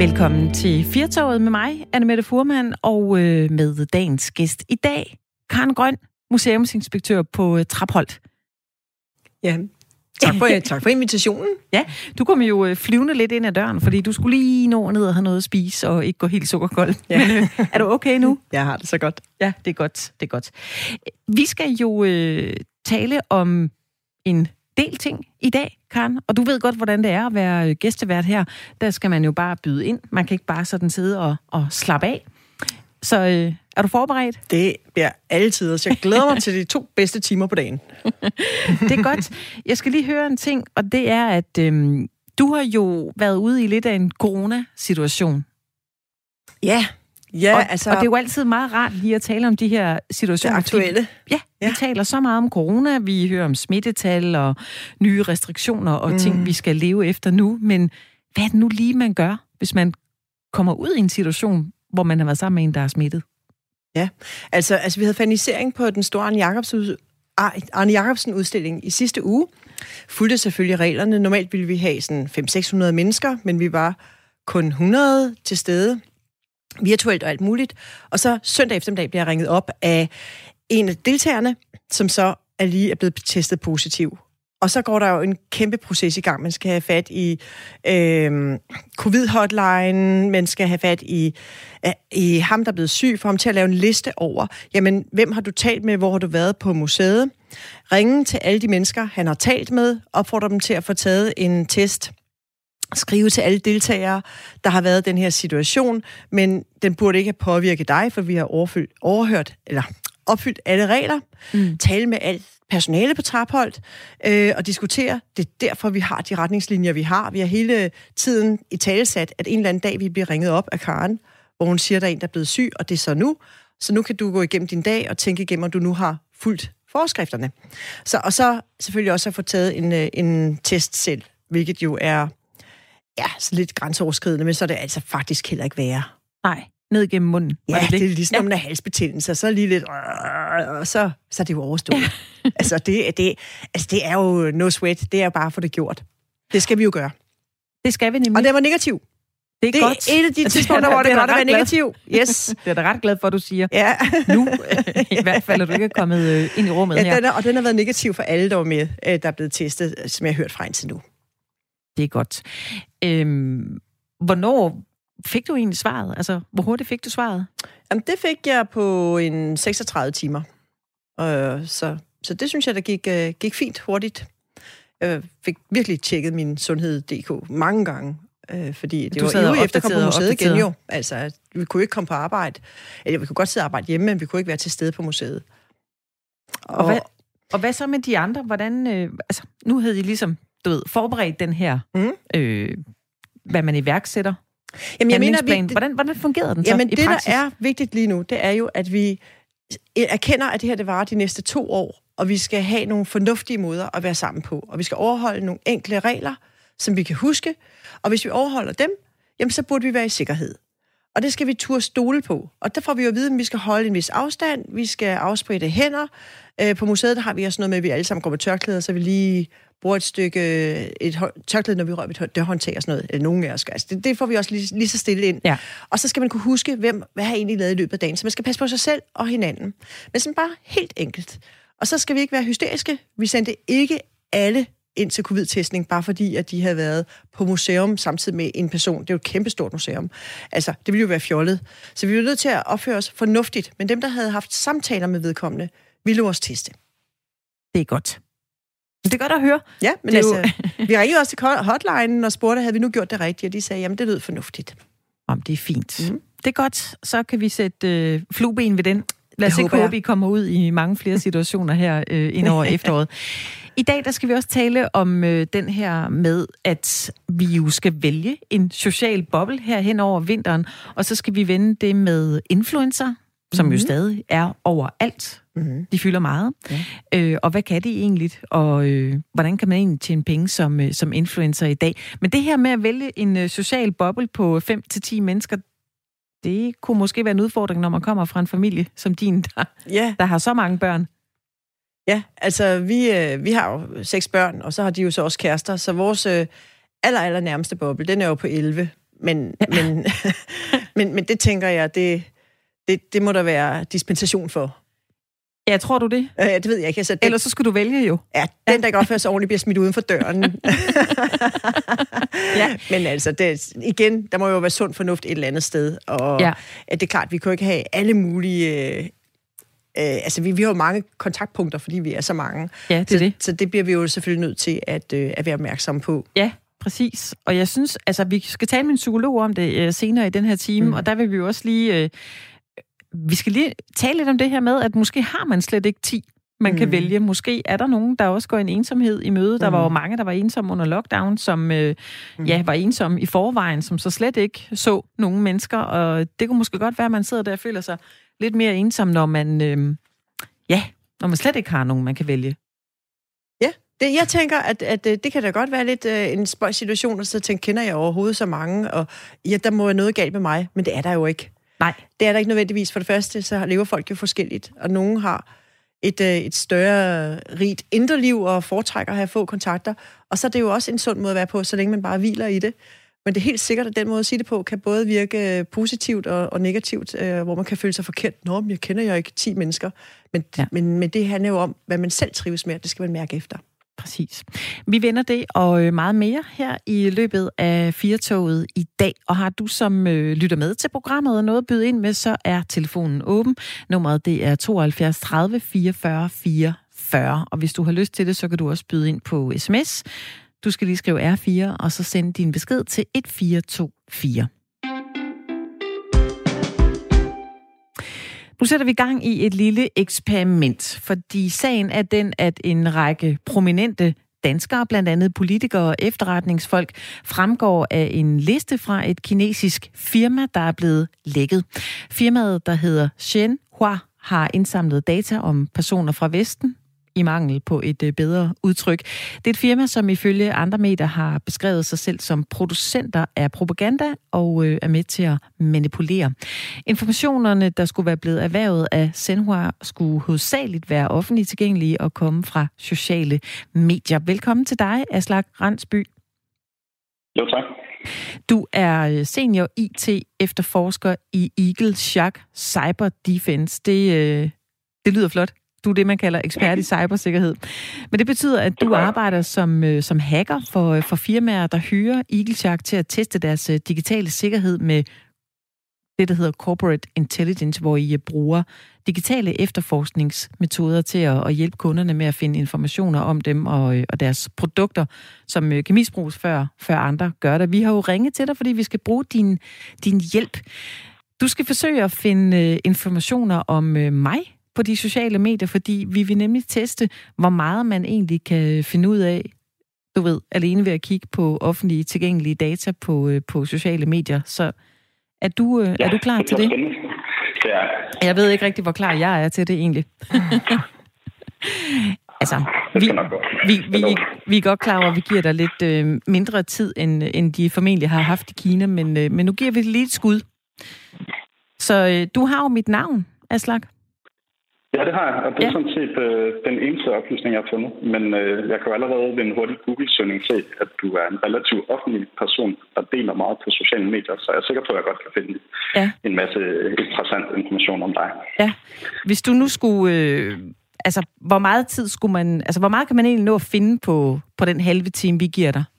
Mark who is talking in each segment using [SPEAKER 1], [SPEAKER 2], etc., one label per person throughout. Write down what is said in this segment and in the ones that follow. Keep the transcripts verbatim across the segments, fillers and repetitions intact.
[SPEAKER 1] Velkommen til Firtoget med mig, Annemette Fuhrmann, og øh, med dagens gæst i dag, Karen Grøn, museumsinspektør på øh, Trapholt.
[SPEAKER 2] Ja, tak for, tak for invitationen.
[SPEAKER 1] Ja, du kom jo øh, flyvende lidt ind ad døren, fordi du skulle lige nå ned og have noget at spise, og ikke gå helt sukkerkold. Ja. Men øh, er du okay nu?
[SPEAKER 2] Jeg har det så godt.
[SPEAKER 1] Ja, det er godt, det er godt. Vi skal jo øh, tale om en del ting i dag, Karen, og du ved godt, hvordan det er at være gæstevært her. Der skal man jo bare byde ind. Man kan ikke bare sådan sidde og, og slappe af. Så øh, er du forberedt?
[SPEAKER 2] Det bliver altid, så jeg glæder mig til de to bedste timer på dagen.
[SPEAKER 1] Det er godt. Jeg skal lige høre en ting, og det er, at øh, du har jo været ude i lidt af en coronasituation.
[SPEAKER 2] Ja, ja,
[SPEAKER 1] og,
[SPEAKER 2] altså...
[SPEAKER 1] Og det er jo altid meget rart lige at tale om de her situationer.
[SPEAKER 2] Det aktuelle.
[SPEAKER 1] Ja, ja, vi taler så meget om corona, vi hører om smittetal og nye restriktioner og mm. ting, vi skal leve efter nu. Men hvad er det nu lige, man gør, hvis man kommer ud i en situation, hvor man har været sammen med en, der er smittet?
[SPEAKER 2] Ja, altså, altså vi havde fanisering på den store Arne Jacobsen, Arne Jacobsen udstilling i sidste uge. Fulgte selvfølgelig reglerne. Normalt ville vi have sådan fem til seks hundrede mennesker, men vi var kun hundrede til stede. Virtuelt og alt muligt. Og så søndag eftermiddag bliver jeg ringet op af en af deltagerne, som så er lige er blevet testet positiv. Og så går der jo en kæmpe proces i gang. Man skal have fat i øh, covid-hotline, man skal have fat i, øh, i ham, der er blevet syg, for ham til at lave en liste over, jamen, hvem har du talt med, hvor har du været på museet? Ringe til alle de mennesker, han har talt med, opfordre dem til at få taget en test. Skrive til alle deltagere, der har været i den her situation, men den burde ikke have påvirket dig, for vi har overfyldt, overhørt, eller opfyldt alle regler. Mm. Tale med alt personale på Trapholt øh, og diskutere. Det er derfor, vi har de retningslinjer, vi har. Vi har hele tiden i talesat, at en eller anden dag, vi bliver ringet op af Karen, hvor hun siger, at der er en, der er blevet syg, og det er så nu. Så nu kan du gå igennem din dag og tænke igennem, om du nu har fulgt forskrifterne. Så, og så selvfølgelig også at få taget en, en test selv, hvilket jo er ja, så lidt grænseoverskridende, men så er det altså faktisk heller ikke værre.
[SPEAKER 1] Nej, ned gennem munden.
[SPEAKER 2] Ja,
[SPEAKER 1] det,
[SPEAKER 2] det er ligesom, ja. Når man er halsbetændelse, så er lige lidt, og så, så er det jo overstået. altså, det, det, altså, det er jo no sweat, det er jo bare at få det gjort. Det skal vi jo gøre.
[SPEAKER 1] Det skal vi nemlig.
[SPEAKER 2] Og det var negativ.
[SPEAKER 1] Det er,
[SPEAKER 2] det er
[SPEAKER 1] godt.
[SPEAKER 2] et af de tidspunkter, hvor det er godt at være negativ. Yes.
[SPEAKER 1] Det er da ret glad for, at du siger.
[SPEAKER 2] Ja.
[SPEAKER 1] Nu, i hvert fald, at du ikke er kommet ind i rummet
[SPEAKER 2] ja,
[SPEAKER 1] her.
[SPEAKER 2] Den er, og den har været negativ for alle, der var med, der er blevet testet, som jeg har hørt fra indtil nu.
[SPEAKER 1] Det er godt. Øhm, hvornår fik du egentlig svaret? Altså, hvor hurtigt fik du svaret?
[SPEAKER 2] Jamen, det fik jeg på en seksogtredive timer. Øh, så, så det synes jeg, der gik, uh, gik fint hurtigt. Jeg fik virkelig tjekket min sundhed punktum d k mange gange. Øh, fordi det du var jo efter at komme på museet igen jo. Altså, vi kunne ikke komme på arbejde. Eller vi kunne godt sidde og arbejde hjemme, men vi kunne ikke være til stede på museet.
[SPEAKER 1] Og, og, hvad, og hvad så med de andre? Hvordan, øh, altså, nu havde I ligesom du ved, forberedt den her, mm. øh, hvad man iværksætter.
[SPEAKER 2] Jamen, jeg mener, vi, det,
[SPEAKER 1] hvordan, hvordan fungerede den så
[SPEAKER 2] jamen,
[SPEAKER 1] i
[SPEAKER 2] det,
[SPEAKER 1] praksis?
[SPEAKER 2] Det, der er vigtigt lige nu, det er jo, at vi erkender, at det her det varer de næste to år, og vi skal have nogle fornuftige måder at være sammen på. Og vi skal overholde nogle enkle regler, som vi kan huske. Og hvis vi overholder dem, jamen, så burde vi være i sikkerhed. Og det skal vi turde stole på. Og der får vi jo at vide, at vi skal holde en vis afstand, vi skal afspritte hænder. Øh, på museet der har vi også noget med, at vi alle sammen går med tørklæder, så vi lige bruger et stykke et tørklæde, når vi rører et dørhåndtag og sådan noget. Eller nogen af os. Altså, det, det får vi også lige, lige så stille ind. Ja. Og så skal man kunne huske, hvem, hvad har egentlig lavet i løbet af dagen. Så man skal passe på sig selv og hinanden. Men sådan bare helt enkelt. Og så skal vi ikke være hysteriske. Vi sendte ikke alle ind til covid-testning, bare fordi, at de havde været på museum samtidig med en person. Det er jo et kæmpestort museum. Altså, det ville jo være fjollet. Så vi var nødt til at opføre os fornuftigt. Men dem, der havde haft samtaler med vedkommende, ville også teste.
[SPEAKER 1] Det er godt. Det er godt at høre.
[SPEAKER 2] Ja, men altså, jo... vi ringede også til hotlinen og spurgte, havde vi nu gjort det rigtigt? Og de sagde, jamen det lød fornuftigt.
[SPEAKER 1] Om det er fint. Mm. Det er godt. Så kan vi sætte øh, flueben ved den. Lad os ikke håbe, I kommer ud i mange flere situationer her øh, ind over efteråret. I dag der skal vi også tale om øh, den her med, at vi jo skal vælge en social boble her hen over vinteren, og så skal vi vende det med influencer, som mm-hmm. jo stadig er overalt. Mm-hmm. De fylder meget. Ja. Øh, og hvad kan de egentlig? Og øh, hvordan kan man egentlig tjene penge som, øh, som influencer i dag? Men det her med at vælge en øh, social boble på fem til ti mennesker, det kunne måske være en udfordring, når man kommer fra en familie som din, der, ja. der har så mange børn.
[SPEAKER 2] Ja, altså vi, øh, vi har jo seks børn, og så har de jo så også kærester, så vores øh, aller, aller nærmeste boble, den er jo på elleve. men, men, men, men det tænker jeg, det, det, det må der være dispensation for.
[SPEAKER 1] Ja, tror du det?
[SPEAKER 2] Ja, det ved jeg ikke. Altså, det,
[SPEAKER 1] Ellers så skulle du vælge jo.
[SPEAKER 2] Ja, den, der ikke opfører sig ordentligt, bliver smidt uden for døren. Ja. Men altså, det, igen, der må jo være sund fornuft et eller andet sted. Og ja. Det er klart, vi kan jo ikke have alle mulige... Øh, altså, vi, vi har jo mange kontaktpunkter, fordi vi er så mange.
[SPEAKER 1] Ja, det er
[SPEAKER 2] så,
[SPEAKER 1] det.
[SPEAKER 2] Så det bliver vi jo selvfølgelig nødt til at, øh, at være opmærksomme på.
[SPEAKER 1] Ja, præcis. Og jeg synes, altså, vi skal tale med en psykolog om det øh, senere i den her time, mm. og der vil vi jo også lige... Øh, vi skal lige tale lidt om det her med, at måske har man slet ikke ti, man mm. kan vælge. Måske er der nogen, der også går en ensomhed i møde. Der mm. var jo mange, der var ensomme under lockdown, som øh, mm. ja, var ensomme i forvejen, som så slet ikke så nogen mennesker. Og det kunne måske godt være, at man sidder der og føler sig lidt mere ensom, når man, øh, ja, når man slet ikke har nogen, man kan vælge.
[SPEAKER 2] Ja, det, jeg tænker, at, at det kan da godt være lidt øh, en spøjs situation, og så tænker, kender jeg overhovedet så mange, og ja, der må være noget galt med mig, men det er der jo ikke.
[SPEAKER 1] Nej.
[SPEAKER 2] Det er der ikke nødvendigvis. For det første, så lever folk jo forskelligt, og nogen har et, et større, rigt indre liv og foretrækker at have få kontakter, og så er det jo også en sund måde at være på, så længe man bare hviler i det. Men det er helt sikkert, at den måde at sige det på, kan både virke positivt og, og negativt, øh, hvor man kan føle sig forkert. Nå, men jeg kender jo ikke ti mennesker. Men, ja. men, men det handler jo om, hvad man selv trives med, det skal man mærke efter.
[SPEAKER 1] Præcis. Vi vender det og meget mere her i løbet af Firtoget i dag. Og har du som øh, lytter med til programmet noget at byde ind med, så er telefonen åben. Nummeret det er tooghalvfjerds tredive fireogfyrre fireogfyrre. Og hvis du har lyst til det, så kan du også byde ind på sms. Du skal lige skrive R fire, og så sende din besked til et fire to fire. Nu sætter vi gang i et lille eksperiment, fordi sagen er den, at en række prominente danskere, blandt andet politikere og efterretningsfolk, fremgår af en liste fra et kinesisk firma, der er blevet lækket. Firmaet, der hedder Shenhua, har indsamlet data om personer fra Vesten, i mangel på et bedre udtryk. Det er et firma, som ifølge andre medier har beskrevet sig selv som producenter af propaganda og er med til at manipulere. Informationerne, der skulle være blevet erhvervet af Shenhua, skulle hovedsageligt være offentligt tilgængelige og komme fra sociale medier. Velkommen til dig, Aslak Randsby.
[SPEAKER 3] Jo, tak.
[SPEAKER 1] Du er senior I T-efterforsker i Eagle Shark Cyber Defense. Det, det lyder flot. Du er det, man kalder ekspert i cybersikkerhed. Men det betyder, at du arbejder som, som hacker for, for firmaer, der hyrer Eagle Shark til at teste deres digitale sikkerhed med det, der hedder Corporate Intelligence, hvor I bruger digitale efterforskningsmetoder til at, at hjælpe kunderne med at finde informationer om dem og, og deres produkter, som kan misbruges før, før andre gør det. Vi har jo ringet til dig, fordi vi skal bruge din, din hjælp. Du skal forsøge at finde informationer om mig på de sociale medier, fordi vi vil nemlig teste, hvor meget man egentlig kan finde ud af, du ved, alene ved at kigge på offentlige tilgængelige data på, på sociale medier. Så er du, ja, er du klar til det?
[SPEAKER 3] Ja.
[SPEAKER 1] Jeg ved ikke rigtig, hvor klar jeg er til det egentlig. altså, vi, vi, vi, vi er godt klar over, at vi giver dig lidt øh, mindre tid, end, end de formentlig har haft i Kina, men, øh, men nu giver vi det lige et skud. Så øh, du har jo mit navn, Aslak.
[SPEAKER 3] Ja, det har jeg, og det er ja. sådan set øh, den eneste oplysning, jeg har fundet. Men øh, jeg kan jo allerede ved en hurtig Google-søgning se, at du er en relativt offentlig person, der deler meget på sociale medier, så jeg er sikker på, at jeg godt kan finde ja. en masse interessant information om dig.
[SPEAKER 1] Ja, hvis du nu skulle... Øh, altså, hvor meget tid skulle man... Altså, hvor meget kan man egentlig nå at finde på, på den halve time, vi giver dig?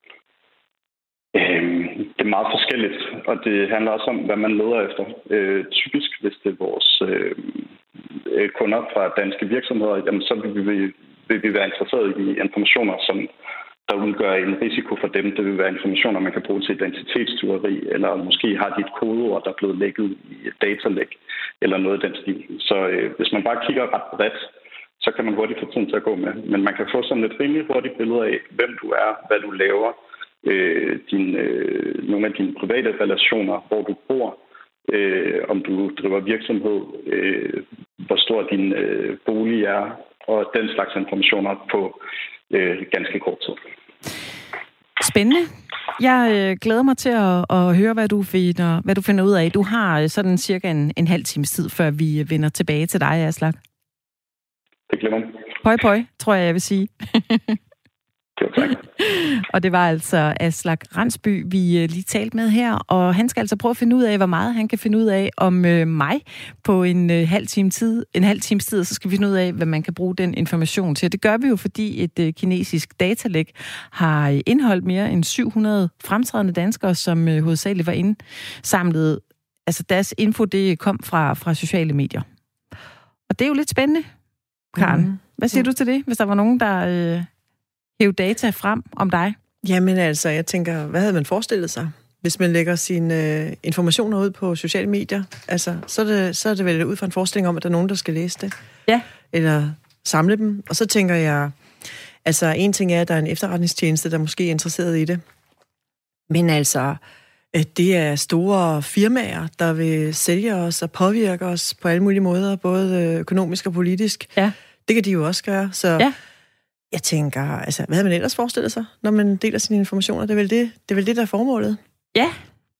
[SPEAKER 3] Øhm, det er meget forskelligt, og det handler også om, hvad man leder efter. Øh, typisk, hvis det er vores... Øh, kunder fra danske virksomheder, jamen så vil vi, vil vi være interesseret i informationer, som der udgør en risiko for dem. Det vil være informationer, man kan bruge til identitetstyveri, eller måske har de et kodeord, der er blevet lækket i et datalæk, eller noget af den stil. Så øh, hvis man bare kigger ret bredt, så kan man hurtigt få tiden til at gå med. Men man kan få sådan et rimelig hurtigt billede af, hvem du er, hvad du laver, øh, din, øh, nogle af dine private relationer, hvor du bor, Øh, om du driver virksomhed, øh, hvor stor din øh, bolig er, og den slags informationer på øh, ganske kort tid.
[SPEAKER 1] Spændende. Jeg øh, glæder mig til at, at høre, hvad du, finder, hvad du finder ud af. Du har øh, sådan cirka en, en halv times tid, før vi vender tilbage til dig, Aslak.
[SPEAKER 3] Det glemmer mig.
[SPEAKER 1] Pøj, pøj, tror jeg, jeg vil sige.
[SPEAKER 3] Jo, tak.
[SPEAKER 1] Og det var altså Aslak Rensby, vi lige talte med her, og han skal altså prøve at finde ud af, hvor meget han kan finde ud af om øh, mig på en øh, halv time tid, en halv times tid, så skal vi finde ud af, hvad man kan bruge den information til. Det gør vi jo, fordi et øh, kinesisk datalæk har indholdt mere end syv hundrede fremtrædende danskere, som øh, hovedsageligt var indsamlet. Altså deres info, det kom fra, fra sociale medier. Og det er jo lidt spændende, Karen. Mm. Hvad siger mm. du til det, hvis der var nogen, der øh, hævde data frem om dig?
[SPEAKER 2] Jamen altså, jeg tænker, hvad havde man forestillet sig, hvis man lægger sine øh, informationer ud på sociale medier? Altså, så er, det, så er det vel ud fra en forestilling om, at der er nogen, der skal læse det.
[SPEAKER 1] Ja.
[SPEAKER 2] Eller samle dem. Og så tænker jeg, altså en ting er, at der er en efterretningstjeneste, der måske er interesseret i det. Men altså, det er store firmaer, der vil sælge os og påvirke os på alle mulige måder, både økonomisk og politisk.
[SPEAKER 1] Ja.
[SPEAKER 2] Det kan de jo også gøre. Så ja. Jeg tænker, altså, hvad havde man ellers forestillet sig, når man deler sine informationer? Det er vel det, det, er vel det der er formålet.
[SPEAKER 1] Ja.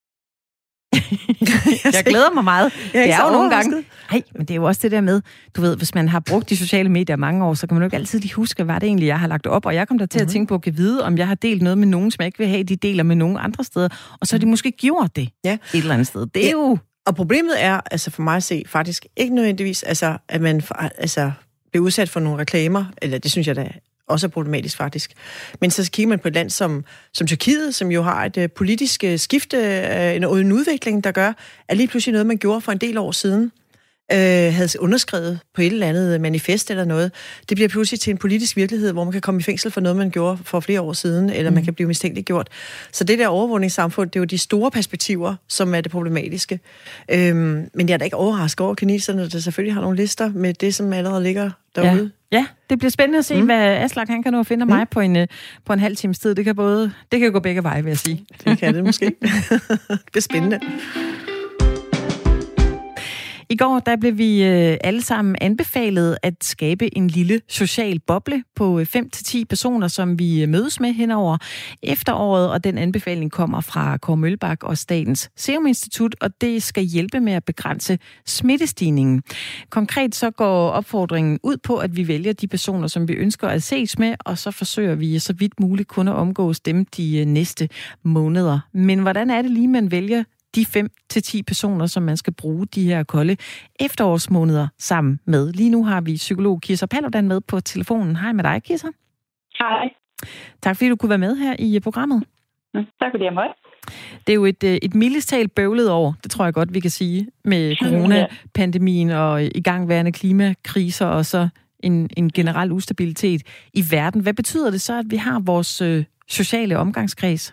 [SPEAKER 1] Jeg glæder mig meget.
[SPEAKER 2] Jeg er
[SPEAKER 1] det er jo nogle
[SPEAKER 2] gange.
[SPEAKER 1] Nej, men det er jo også det der med, du ved, hvis man har brugt de sociale medier mange år, så kan man jo ikke altid lige huske, hvad det egentlig, jeg har lagt op. Og jeg kom der til mm-hmm. at tænke på, at jeg vide, om jeg har delt noget med nogen, som jeg ikke vil have, de deler med nogen andre steder. Og så har de måske gjort det ja. et eller andet sted. Det er ja. jo...
[SPEAKER 2] Og problemet er, altså for mig at se, faktisk ikke nødvendigvis, altså, at man altså, bliver udsat for nogle reklamer, eller det synes jeg da også er problematisk faktisk. Men så kigger man på et land som, som Tyrkiet, som jo har et uh, politisk uh, skifte, uh, en, en udvikling, der gør, at lige pludselig noget, man gjorde for en del år siden, øh, havde underskrevet på et eller andet manifest eller noget. Det bliver pludselig til en politisk virkelighed, hvor man kan komme i fængsel for noget, man gjorde for flere år siden, eller mm. man kan blive mistænkeliggjort. Så det der overvågningssamfund, det er jo de store perspektiver, som er det problematiske. Øhm, men jeg er da ikke overrasket over kineserne, der selvfølgelig har nogle lister med det, som allerede ligger derude.
[SPEAKER 1] Ja. Ja, det bliver spændende at se, mm. hvad Aslak han kan nå at finde mm. mig på en, på en halv times tid. Det kan både, det kan gå begge veje, vil jeg sige.
[SPEAKER 2] Det kan det måske. Det bliver spændende.
[SPEAKER 1] I går der blev vi øh, alle sammen anbefalet at skabe en lille social boble på fem til ti personer, som vi mødes med hen over efteråret, og den anbefaling kommer fra Kåre Mølbak og Statens Serum Institut, og det skal hjælpe med at begrænse smittestigningen. Konkret så går opfordringen ud på, at vi vælger de personer, som vi ønsker at ses med, og så forsøger vi så vidt muligt kun at omgås dem de næste måneder. Men hvordan er det lige, man vælger de fem til ti personer, som man skal bruge de her kolde efterårsmåneder sammen med? Lige nu har vi psykolog Kirsa Paludan med på telefonen. Hej med dig, Kirsa.
[SPEAKER 4] Hej.
[SPEAKER 1] Tak fordi du kunne være med her i programmet.
[SPEAKER 4] Mm, tak fordi jeg måtte.
[SPEAKER 1] Det er jo et, et mildest talt bøvlet år, det tror jeg godt, vi kan sige, med coronapandemien og igangværende klimakriser og så en, en generel ustabilitet i verden. Hvad betyder det så, at vi har vores øh, sociale omgangskreds?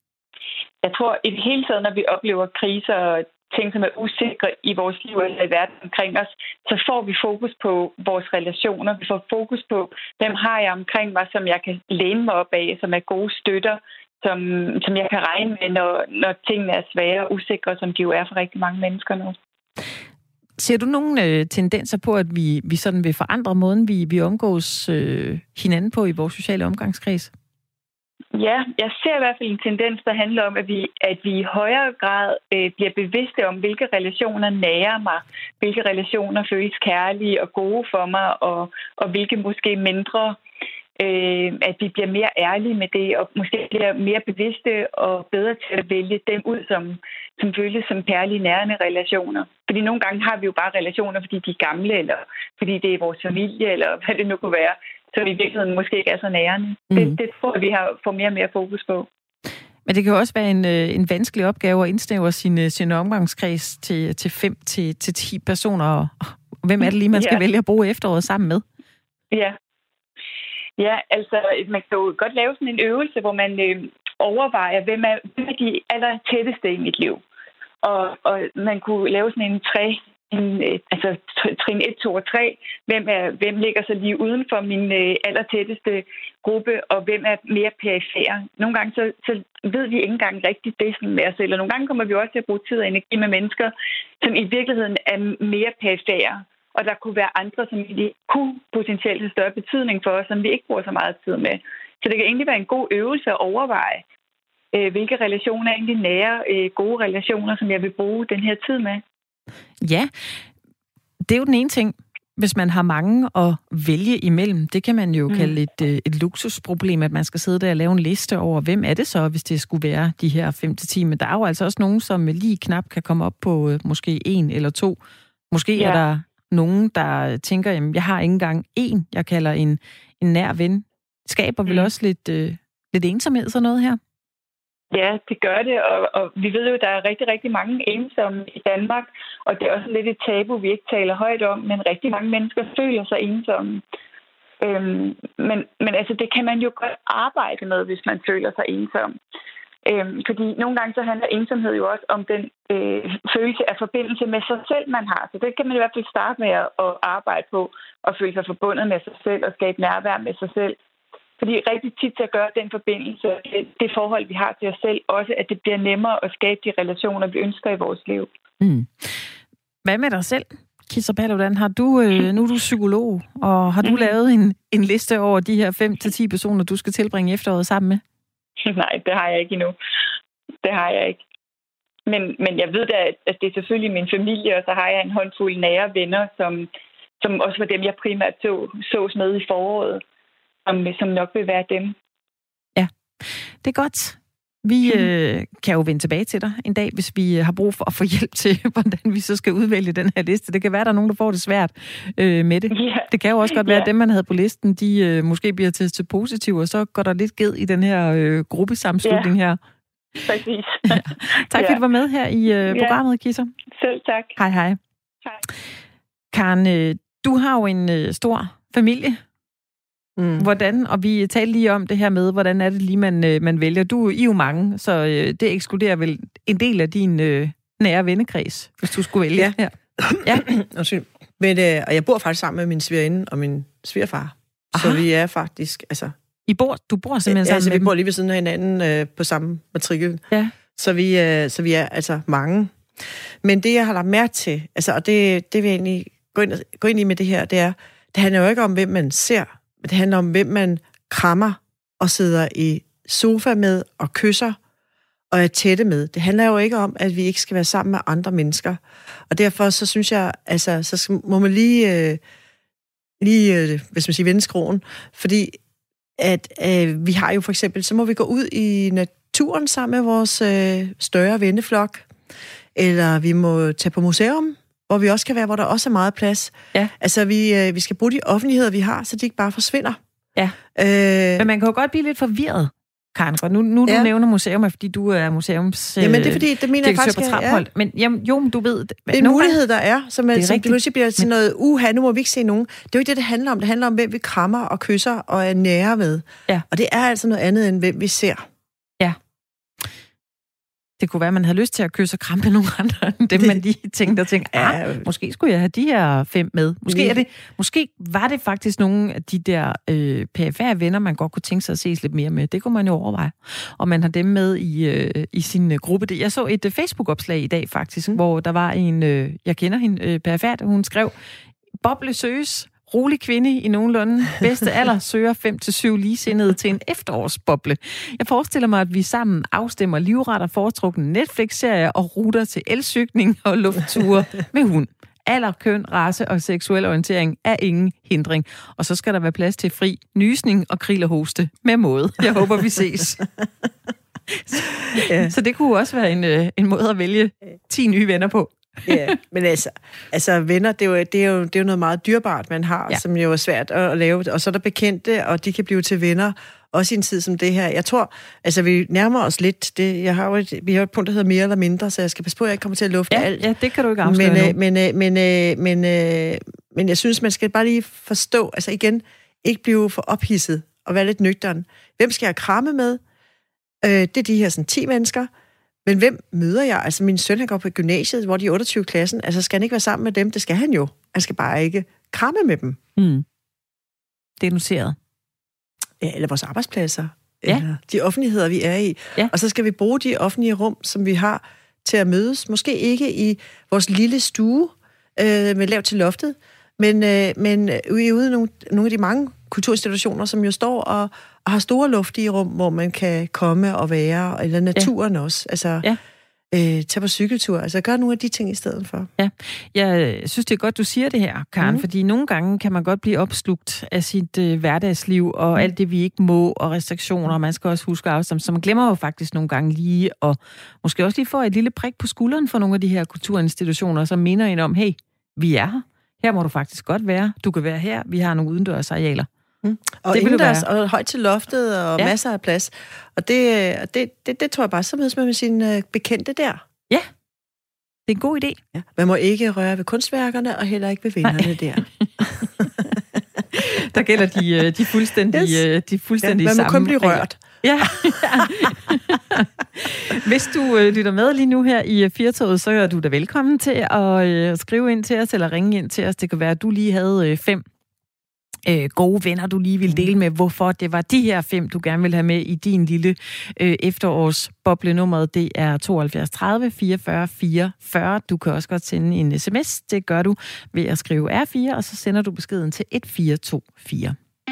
[SPEAKER 4] Jeg tror i det hele taget, når vi oplever kriser og ting, som er usikre i vores liv eller i verden omkring os, så får vi fokus på vores relationer. Vi får fokus på, hvem har jeg omkring mig, som jeg kan læne mig op af, som er gode støtter, som, som jeg kan regne med, når, når tingene er svære og usikre, som de jo er for rigtig mange mennesker nu.
[SPEAKER 1] Ser du nogle øh, tendenser på, at vi, vi sådan vil forandre måden, vi, vi omgås øh, hinanden på i vores sociale omgangskreds?
[SPEAKER 4] Ja, jeg ser i hvert fald en tendens, der handler om, at vi, at vi i højere grad øh, bliver bevidste om, hvilke relationer nærer mig, hvilke relationer føles kærlige og gode for mig, og, og hvilke måske mindre, øh, at vi bliver mere ærlige med det, og måske bliver mere bevidste og bedre til at vælge dem ud, som, som føles som kærlige, nærende relationer. Fordi nogle gange har vi jo bare relationer, fordi de er gamle, eller fordi det er vores familie, eller hvad det nu kunne være, så i virkeligheden måske ikke er så nærende. Mm. Det, det tror jeg, vi har får mere og mere fokus på.
[SPEAKER 1] Men det kan jo også være en, en vanskelig opgave at indsnævre sin, sin omgangskreds til, til fem til, til ti personer. Hvem er det lige, man skal ja. vælge at bruge efteråret sammen med?
[SPEAKER 4] Ja. Ja, altså man kan jo godt lave sådan en øvelse, hvor man øh, overvejer, hvem er, hvem er de aller tætteste i mit liv. Og, og man kunne lave sådan en tre En, altså trin et, to og tre. Hvem, er, hvem ligger så lige uden for min øh, allertætteste gruppe, og hvem er mere perifære? Nogle gange så, så ved vi ikke engang rigtigt det med os selv, og nogle gange kommer vi også til at bruge tid og energi med mennesker, som i virkeligheden er mere perifære, og der kunne være andre, som vi kunne potentielt have større betydning for os, som vi ikke bruger så meget tid med. Så det kan egentlig være en god øvelse at overveje, øh, hvilke relationer er egentlig nære, øh, gode relationer, som jeg vil bruge den her tid med.
[SPEAKER 1] Ja, det er jo den ene ting. hvis man har mange at vælge imellem, det kan man jo mm. kalde et, et luksusproblem, at man skal sidde der og lave en liste over, hvem er det så, hvis det skulle være de her fem til ti. Men der er jo altså også nogen, som lige knap kan komme op på uh, måske en eller to. Måske ja. er der nogen, der tænker, jamen, jeg har ikke engang en, jeg kalder en, en nær ven. Skaber mm. vel også lidt, uh, lidt ensomhed, sådan noget her?
[SPEAKER 4] Ja, det gør det, og, og vi ved jo, at der er rigtig, rigtig mange ensomme i Danmark, og det er også lidt et tabu, vi ikke taler højt om, men rigtig mange mennesker føler sig ensomme. Øhm, men, men altså, det kan man jo godt arbejde med, hvis man føler sig ensom. Øhm, fordi nogle gange så handler ensomhed jo også om den øh, følelse af forbindelse med sig selv, man har. Så det kan man i hvert fald starte med at, at arbejde på, og føle sig forbundet med sig selv, og skabe nærvær med sig selv. Fordi rigtig tit til at gøre den forbindelse, det, det forhold, vi har til os selv, også at det bliver nemmere at skabe de relationer, vi ønsker i vores liv.
[SPEAKER 1] Mm. Hvad med dig selv, Kisser Paludan? Har du, øh, nu er du psykolog, og har du mm. lavet en, en liste over de her fem til ti personer, du skal tilbringe efteråret sammen med?
[SPEAKER 4] Nej, det har jeg ikke endnu. Det har jeg ikke. Men, men jeg ved da, at det er selvfølgelig min familie, og så har jeg en håndfuld nære venner, som, som også var dem, jeg primært så, sås med i foråret. Som, som nok vil være dem.
[SPEAKER 1] Ja, det er godt. Vi mm. øh, kan jo vende tilbage til dig en dag, hvis vi har brug for at få hjælp til, hvordan vi så skal udvælge den her liste. Det kan være, at der er nogen, der får det svært øh, med det. Yeah. Det kan jo også godt være, yeah. at dem, man havde på listen, de øh, måske bliver testet positive, og så går der lidt ged i den her øh, gruppesammenslutning yeah. her.
[SPEAKER 4] Præcis.
[SPEAKER 1] Ja. Tak, fordi yeah. du var med her i øh, programmet, yeah. Kisser.
[SPEAKER 4] Selv tak.
[SPEAKER 1] Hej, hej.
[SPEAKER 4] Hej.
[SPEAKER 1] Karen, øh, du har jo en øh, stor familie. Mm. Hvordan, og vi talte lige om det her med, hvordan er det lige, man, øh, man vælger. Du I er jo mange, så øh, det ekskluderer vel en del af din øh, nære vennekreds, hvis du skulle vælge.
[SPEAKER 2] Ja. Ja. Men, øh, og jeg bor faktisk sammen med min svigerinde og min svigerfar. Aha. Så vi er faktisk, altså...
[SPEAKER 1] I bor, du bor simpelthen
[SPEAKER 2] ja,
[SPEAKER 1] sammen
[SPEAKER 2] altså,
[SPEAKER 1] med
[SPEAKER 2] vi bor lige ved siden af hinanden øh, på samme matrikel.
[SPEAKER 1] Ja.
[SPEAKER 2] Så vi, øh, så vi er altså mange. Men det, jeg har lagt mærke til, altså, og det, det vil jeg egentlig gå ind, gå ind i med det her, det er, det handler jo ikke om, hvem man ser, men det handler om, hvem man krammer og sidder i sofa med og kysser og er tætte med. Det handler jo ikke om, at vi ikke skal være sammen med andre mennesker. Og derfor så synes jeg, altså, så må man lige, øh, lige øh, hvis man siger, vende skroen, fordi at øh, vi har jo for eksempel, så må vi gå ud i naturen sammen med vores øh, større venneflok, eller vi må tage på museum, hvor vi også kan være, hvor der også er meget plads.
[SPEAKER 1] Ja.
[SPEAKER 2] Altså, vi, øh, vi skal bruge de offentligheder, vi har, så de ikke bare forsvinder.
[SPEAKER 1] Ja. Øh, Men man kan jo godt blive lidt forvirret, Karen. Nu, nu ja. du nævner museum, fordi du er museums...
[SPEAKER 2] Jamen, det er fordi, det mener jeg faktisk,
[SPEAKER 1] ja. Men jamen, jo, du ved...
[SPEAKER 2] Det er en mulighed, der er, som, er, som pludselig bliver til noget, uha, nu må vi ikke se nogen. Det er jo ikke det, det handler om. Det handler om, hvem vi krammer og kysser og er nære ved. Ja. Og det er altså noget andet, end hvem vi ser.
[SPEAKER 1] Ja. Det kunne være, at man havde lyst til at kysse og kramme nogle andre, end dem, det, man lige tænkte og tænkte, ah, ja, måske skulle jeg have de her fem med. Måske, er det, måske var det faktisk nogle af de der øh, perifære venner, man godt kunne tænke sig at ses lidt mere med. Det kunne man jo overveje. Og man har dem med i, øh, i sin øh, gruppe. Jeg så et øh, Facebook-opslag i dag faktisk, mm. hvor der var en, øh, jeg kender hende, øh, perifært, hun skrev, boble søges, rolig kvinde i nogenlunde bedste alder søger fem til syv ligesindede til en efterårsboble. Jeg forestiller mig, at vi sammen afstemmer livretter, foretrukne Netflix-serier og ruter til elcykling og luftture med hund. Alder, køn, race og seksuel orientering er ingen hindring. Og så skal der være plads til fri nysning og krillerhoste med måde. Jeg håber, vi ses. Ja. Så det kunne også være en, en måde at vælge ti nye venner på.
[SPEAKER 2] Ja, men altså, altså venner, det er, jo, det, er jo, det er jo noget meget dyrebart, man har, ja. Som jo er svært at, at lave. Og så er der bekendte, og de kan blive til venner, også i en tid som det her. Jeg tror, altså vi nærmer os lidt. Det, jeg har jo et, vi har et punkt, der hedder mere eller mindre, så jeg skal passe på, at jeg ikke kommer til at lufte
[SPEAKER 1] ja,
[SPEAKER 2] alt.
[SPEAKER 1] Ja, det kan du ikke afsløre
[SPEAKER 2] men,
[SPEAKER 1] nu.
[SPEAKER 2] Men, men, men, men, men jeg synes, man skal bare lige forstå, altså igen, ikke blive for ophidset og være lidt nøgteren. Hvem skal jeg kramme med? Øh, det er de her sådan ti mennesker. Men hvem møder jeg? Altså, min søn, han går på gymnasiet, hvor de er otteogtyve klassen. Altså, skal han ikke være sammen med dem? Det skal han jo. Han skal bare ikke kramme med dem.
[SPEAKER 1] Mm. Det er noteret.
[SPEAKER 2] Ja, eller vores arbejdspladser.
[SPEAKER 1] Ja.
[SPEAKER 2] Eller de offentligheder, vi er i. Ja. Og så skal vi bruge de offentlige rum, som vi har til at mødes. Måske ikke i vores lille stue øh, med lavt til loftet, men, øh, men ude i nogle, nogle af de mange kulturinstitutioner, som jo står og, og har store luftige rum, hvor man kan komme og være, eller naturen ja. Også. Altså,
[SPEAKER 1] ja.
[SPEAKER 2] Øh, tag på cykeltur. Altså gør nogle af de ting i stedet for.
[SPEAKER 1] Ja, jeg synes, det er godt, du siger det her, Karen, mm. fordi nogle gange kan man godt blive opslugt af sit øh, hverdagsliv og mm. alt det, vi ikke må, og restriktioner, og man skal også huske afstand. Så man glemmer jo faktisk nogle gange lige, og måske også lige få et lille prik på skulderen for nogle af de her kulturinstitutioner, som minder en om, hey, vi er her. Her må du faktisk godt være. Du kan være her. Vi har nogle udendørs arealer.
[SPEAKER 2] Mm. Og det indendørs, og højt til loftet, og ja. masser af plads. Og det, det, det, det tror jeg bare, så mødes man med sine bekendte der.
[SPEAKER 1] Ja, det er en god idé.
[SPEAKER 2] Ja. Man må ikke røre ved kunstværkerne, og heller ikke ved vinderne der.
[SPEAKER 1] Der gælder de, de fuldstændige, yes. de fuldstændige
[SPEAKER 2] ja, man må kun blive rørt.
[SPEAKER 1] Ja. Hvis du øh, lytter med lige nu her i Firtoget, så er du da velkommen til at øh, skrive ind til os, eller ringe ind til os. Det kan være, at du lige havde øh, fem øh, gode venner, du lige vil dele med, hvorfor det var de her fem, du gerne vil have med i din lille øh, efterårsboble. Nummeret, det er tooghalvfjerds tredive fireogfyrre fireogfyrre. Du kan også godt sende en sms. Det gør du ved at skrive R fire, og så sender du beskeden til et fire to fire.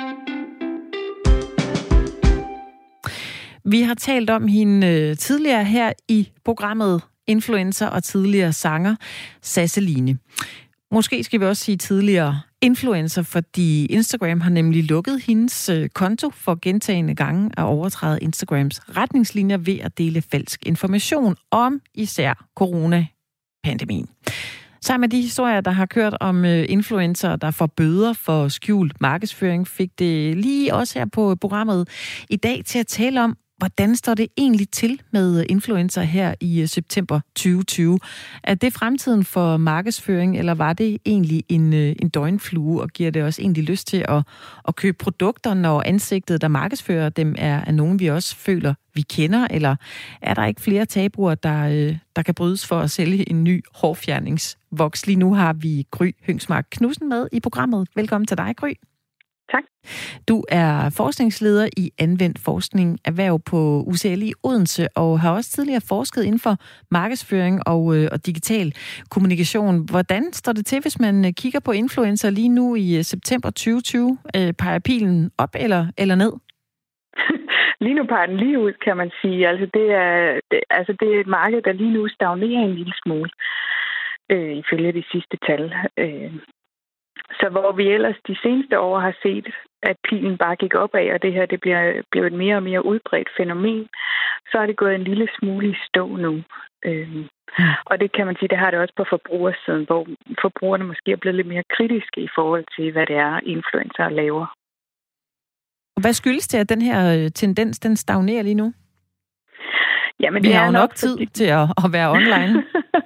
[SPEAKER 1] Vi har talt om hende øh, tidligere her i programmet, influencer og tidligere sanger, Sasseline. Måske skal vi også sige tidligere influencer, fordi Instagram har nemlig lukket hendes øh, konto for gentagne gange at overtræde Instagrams retningslinjer ved at dele falsk information om især coronapandemien. Sammen med de historier, der har kørt om øh, influencer, der får bøder for skjult markedsføring, fik det lige også her på programmet i dag til at tale om, hvordan står det egentlig til med influencer her i september tyve tyve? Er det fremtiden for markedsføring, eller var det egentlig en, en døgnflue, og giver det også egentlig lyst til at, at købe produkter, når ansigtet, der markedsfører dem, er, er nogen, vi også føler, vi kender? Eller er der ikke flere tabuer, der, der kan brydes for at sælge en ny hårfjerningsvoks? Lige nu har vi Gry Høngsmark Knudsen med i programmet. Velkommen til dig, Gry.
[SPEAKER 4] Tak.
[SPEAKER 1] Du er forskningsleder i anvendt forskning erhverv på U C L i Odense, og har også tidligere forsket inden for markedsføring og, øh, og digital kommunikation. Hvordan står det til, hvis man kigger på influencer lige nu i september tyve tyve? Øh, peger pilen op eller, eller ned?
[SPEAKER 4] Lige nu peger den lige ud, kan man sige. Altså det er, det, altså det er et marked, der lige nu stagnerer en lille smule, øh, ifølge de sidste tal. Øh. Så hvor vi ellers de seneste år har set, at pilen bare gik opad, og det her det bliver, bliver et mere og mere udbredt fænomen, så er det gået en lille smule i stå nu. Øhm, mm. Og det kan man sige, det har det også på forbrugersiden, hvor forbrugerne måske er blevet lidt mere kritiske i forhold til, hvad det er, influencer laver.
[SPEAKER 1] Hvad skyldes det, at den her tendens, den stagnerer lige nu?
[SPEAKER 4] Jamen,
[SPEAKER 1] vi
[SPEAKER 4] det
[SPEAKER 1] har
[SPEAKER 4] er
[SPEAKER 1] jo nok, nok
[SPEAKER 4] tid
[SPEAKER 1] fordi... til at, at være online.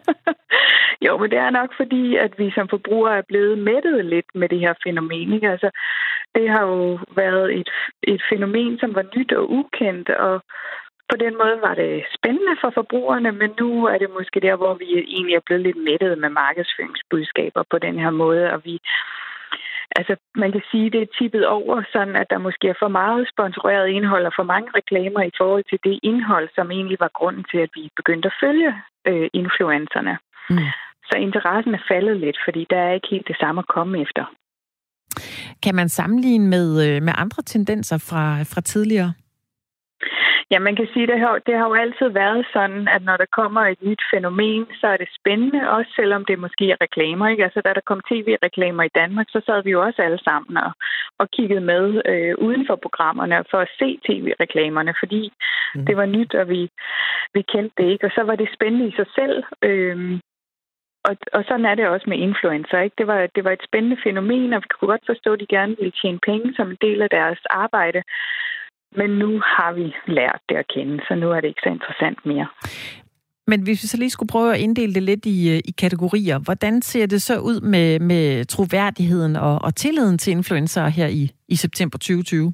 [SPEAKER 4] Jo, men det er nok fordi, at vi som forbrugere er blevet mættet lidt med det her fænomen. Ikke? Altså, det har jo været et, et fænomen, som var nyt og ukendt, og på den måde var det spændende for forbrugerne, men nu er det måske der, hvor vi egentlig er blevet lidt mættet med markedsføringsbudskaber på den her måde, og vi Altså, man kan sige, at det er tippet over, sådan at der måske er for meget sponsoreret indhold og for mange reklamer i forhold til det indhold, som egentlig var grunden til, at vi begyndte at følge øh, influencerne. Mm. Så interessen er faldet lidt, fordi der er ikke helt det samme at komme efter.
[SPEAKER 1] Kan man sammenligne med, med andre tendenser fra, fra tidligere?
[SPEAKER 4] Ja, man kan sige, at det har, det har jo altid været sådan, at når der kommer et nyt fænomen, så er det spændende, også selvom det måske er reklamer. Ikke? Altså, da der kom tv-reklamer i Danmark, så sad vi jo også alle sammen og, og kiggede med øh, uden for programmerne for at se tv-reklamerne, fordi mm. det var nyt, og vi, vi kendte det ikke. Og så var det spændende i sig selv. Øh, og, og sådan er det også med influencer. Ikke? Det, var, det var et spændende fænomen, og vi kunne godt forstå, at de gerne ville tjene penge som en del af deres arbejde. Men nu har vi lært det at kende, så nu er det ikke så interessant mere.
[SPEAKER 1] Men hvis vi så lige skulle prøve at inddele det lidt i, i kategorier, hvordan ser det så ud med, med troværdigheden og, og tilliden til influencer her i, i september tyve tyve?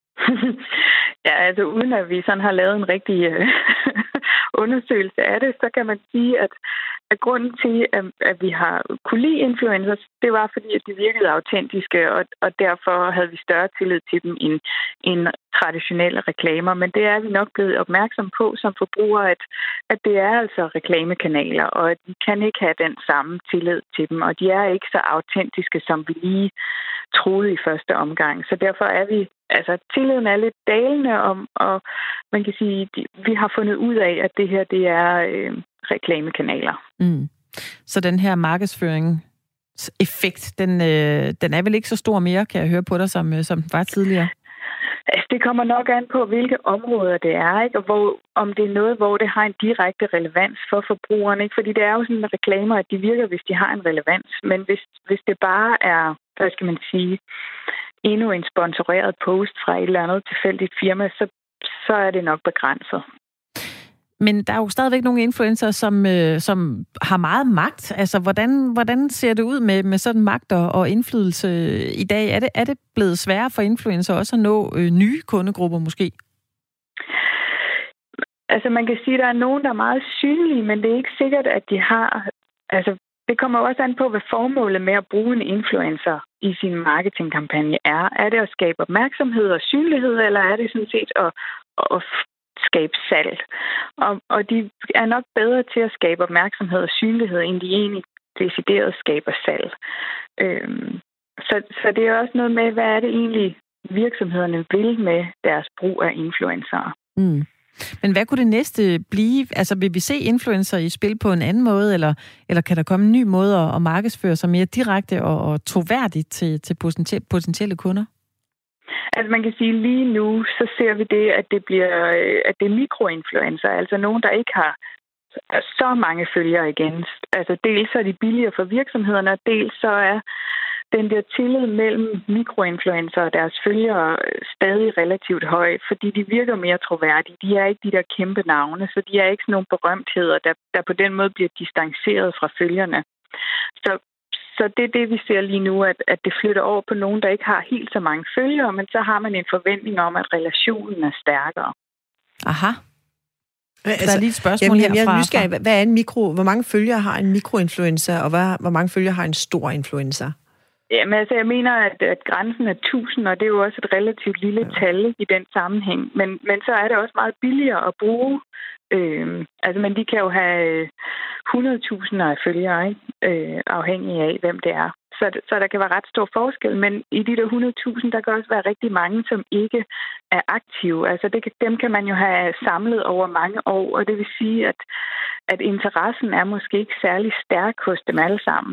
[SPEAKER 4] Ja, altså uden at vi sådan har lavet en rigtig øh, undersøgelse af det, så kan man sige, at, at grunden til, at, at vi har kunne lide influencers, det var fordi, at de virkede autentiske, og, og derfor havde vi større tillid til dem end, end traditionelle reklamer. Men det er vi nok blevet opmærksom på som forbrugere, at, at det er altså reklamekanaler, og at vi kan ikke have den samme tillid til dem, og de er ikke så autentiske, som vi lige troede i første omgang. Så derfor er vi, altså tilliden er lidt dalende om, og man kan sige, at vi har fundet ud af, at det her det er øh, reklamekanaler.
[SPEAKER 1] Mm. Så den her markedsføringseffekt, den, øh, den er vel ikke så stor mere, kan jeg høre på dig, som, som den var tidligere?
[SPEAKER 4] Altså, det kommer nok an på, hvilke områder det er, ikke? Og hvor, om det er noget, hvor det har en direkte relevans for forbrugerne. Ikke? Fordi det er jo sådan med reklamer, at de virker, hvis de har en relevans. Men hvis, hvis det bare er, hvad skal man sige, endnu en sponsoreret post fra et eller andet tilfældigt firma, så, så er det nok begrænset.
[SPEAKER 1] Men der er jo stadigvæk nogle influencer, som, øh, som har meget magt. Altså, hvordan, hvordan ser det ud med, med sådan magt og, og indflydelse i dag? Er det, er det blevet sværere for influencer også at nå øh, nye kundegrupper måske?
[SPEAKER 4] Altså, man kan sige, at der er nogen, der er meget synlige, men det er ikke sikkert, at de har... Altså, det kommer også an på, hvad formålet med at bruge en influencer i sin marketingkampagne er. Er det at skabe opmærksomhed og synlighed, eller er det sådan set at, at skabe salg? Og, og de er nok bedre til at skabe opmærksomhed og synlighed, end de egentlig decideret skaber salg. Øhm, så, så det er også noget med, hvad er det egentlig virksomhederne vil med deres brug af influencer.
[SPEAKER 1] Mm. Men hvad kunne det næste blive? Altså, vil vi se influencer i spil på en anden måde, eller, eller kan der komme en ny måde at, at markedsføre sig mere direkte og, og troværdigt til, til potentielle, potentielle kunder?
[SPEAKER 4] Altså, man kan sige, lige nu, så ser vi det, at det bliver, at det er mikroinfluencer, altså nogen, der ikke har så mange følgere igen. Altså, dels er de billigere for virksomhederne, og dels så er den der tillid mellem mikroinfluencer og deres følgere stadig relativt høj, fordi de virker mere troværdige. De er ikke de der kæmpe navne, så de er ikke sådan nogle berømtheder, der, der på den måde bliver distanceret fra følgerne. Så, så det er det, vi ser lige nu, at, at det flytter over på nogen, der ikke har helt så mange følgere, men så har man en forventning om, at relationen er stærkere.
[SPEAKER 1] Aha.
[SPEAKER 2] Altså,
[SPEAKER 1] der er lige et spørgsmål
[SPEAKER 2] jamen,
[SPEAKER 1] herfra.
[SPEAKER 2] Jeg er nysgerrig. Hvad er en mikro? Hvor mange følgere har en mikroinfluencer, og hvad, hvor mange følgere har en stor influencer?
[SPEAKER 4] Jamen altså, jeg mener, at, at grænsen er tusind, og det er jo også et relativt lille tal i den sammenhæng. Men, men så er det også meget billigere at bruge. Øh, altså, men de kan jo have hundrede tusinder af følgere, ikke? Øh, afhængig af, hvem det er. Så, så der kan være ret stor forskel, men i de der hundrede tusind, der kan også være rigtig mange, som ikke er aktive. Altså, det kan, dem kan man jo have samlet over mange år, og det vil sige, at, at interessen er måske ikke særlig stærk hos dem alle sammen.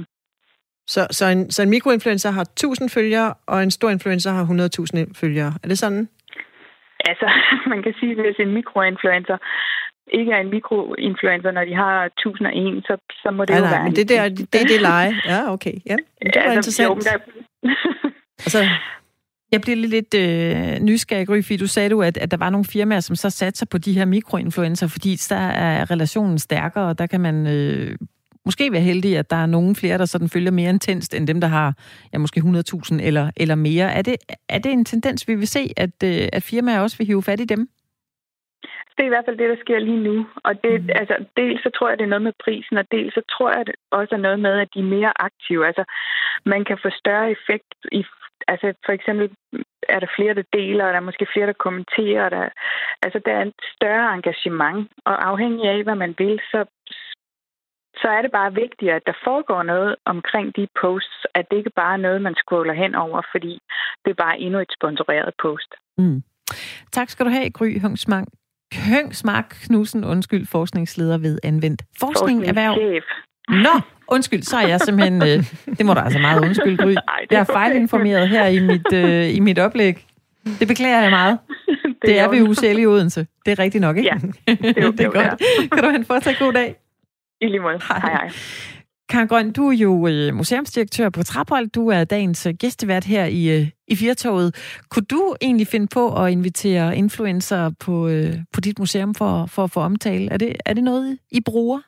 [SPEAKER 2] Så, så, en, så en mikroinfluencer har tusind følgere, og en stor influencer har hundrede tusind følgere. Er det sådan?
[SPEAKER 4] Altså, man kan sige, at hvis en mikroinfluencer ikke er en mikroinfluencer, når de har tusind og en, så, så må det ja, jo nej, være...
[SPEAKER 2] men det, der, det, det er det leje. Ja, okay. Ja, det var altså, interessant. Jo, der...
[SPEAKER 1] altså, jeg bliver lidt øh, nysgerrig, Gry, fordi du sagde du, at, at der var nogle firmaer, som så satser på de her mikroinfluencer, fordi der er relationen stærkere, og der kan man... Øh, måske være heldig, at der er nogen flere, der sådan følger mere intenst, end dem, der har ja, måske hundrede tusind eller, eller mere. Er det, er det en tendens, vi vil se, at, at firmaer også vil hive fat i dem?
[SPEAKER 4] Det er i hvert fald det, der sker lige nu. Og det, mm. altså, dels så tror jeg, det er noget med prisen, og dels så tror jeg, det også er noget med, at de er mere aktive. Altså, man kan få større effekt i... Altså, for eksempel er der flere, der deler, og der er måske flere, der kommenterer. Der, altså, der er et større engagement, og afhængig af, hvad man vil, så så er det bare vigtigt, at der foregår noget omkring de posts, at det ikke bare er noget, man scroller hen over, fordi det er bare endnu et sponsoreret post.
[SPEAKER 1] Mm. Tak skal du have, Gry Høngsmark. Høngsmark Knudsen, undskyld, forskningsleder ved Anvendt Forskning Erhverv. Nå, undskyld, så er jeg simpelthen... Øh, det må du altså meget undskylde, Gry. Jeg er fejlinformeret her i mit, øh, i mit oplæg. Det beklager jeg meget. Det, det er ved U C L i Odense. Det er rigtigt nok, ikke?
[SPEAKER 4] Ja, det er, okay, det er
[SPEAKER 1] godt. Kan du have en fortsat god dag?
[SPEAKER 4] I lige måde. Hej, hej.
[SPEAKER 1] Karen Grøn, du er jo øh, museumsdirektør på Trapholt. Du er dagens øh, gæstevært her i, øh, i Firtoget. Kunne du egentlig finde på at invitere influencer på, øh, på dit museum for, for at få omtale? Er det, er det noget, I bruger?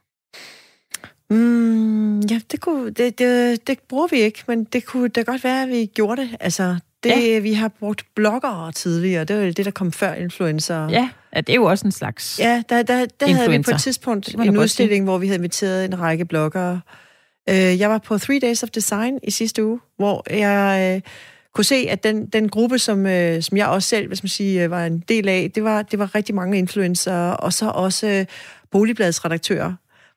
[SPEAKER 2] Mm, ja, det, kunne, det, det, det bruger vi ikke, men det kunne da godt være, at vi gjorde det. Altså, det, ja. Vi har brugt bloggere tidligere. Det var det, der kom før influencer.
[SPEAKER 1] Ja, det er jo også en slags
[SPEAKER 2] Ja, der, der, der havde vi på et tidspunkt en udstilling, hvor vi havde inviteret en række bloggere. Jeg var på Three Days of Design i sidste uge, hvor jeg øh, kunne se, at den, den gruppe, som, øh, som jeg også selv hvis man siger, var en del af, det var, det var rigtig mange influencer, og så også øh, Boligbladets redaktører.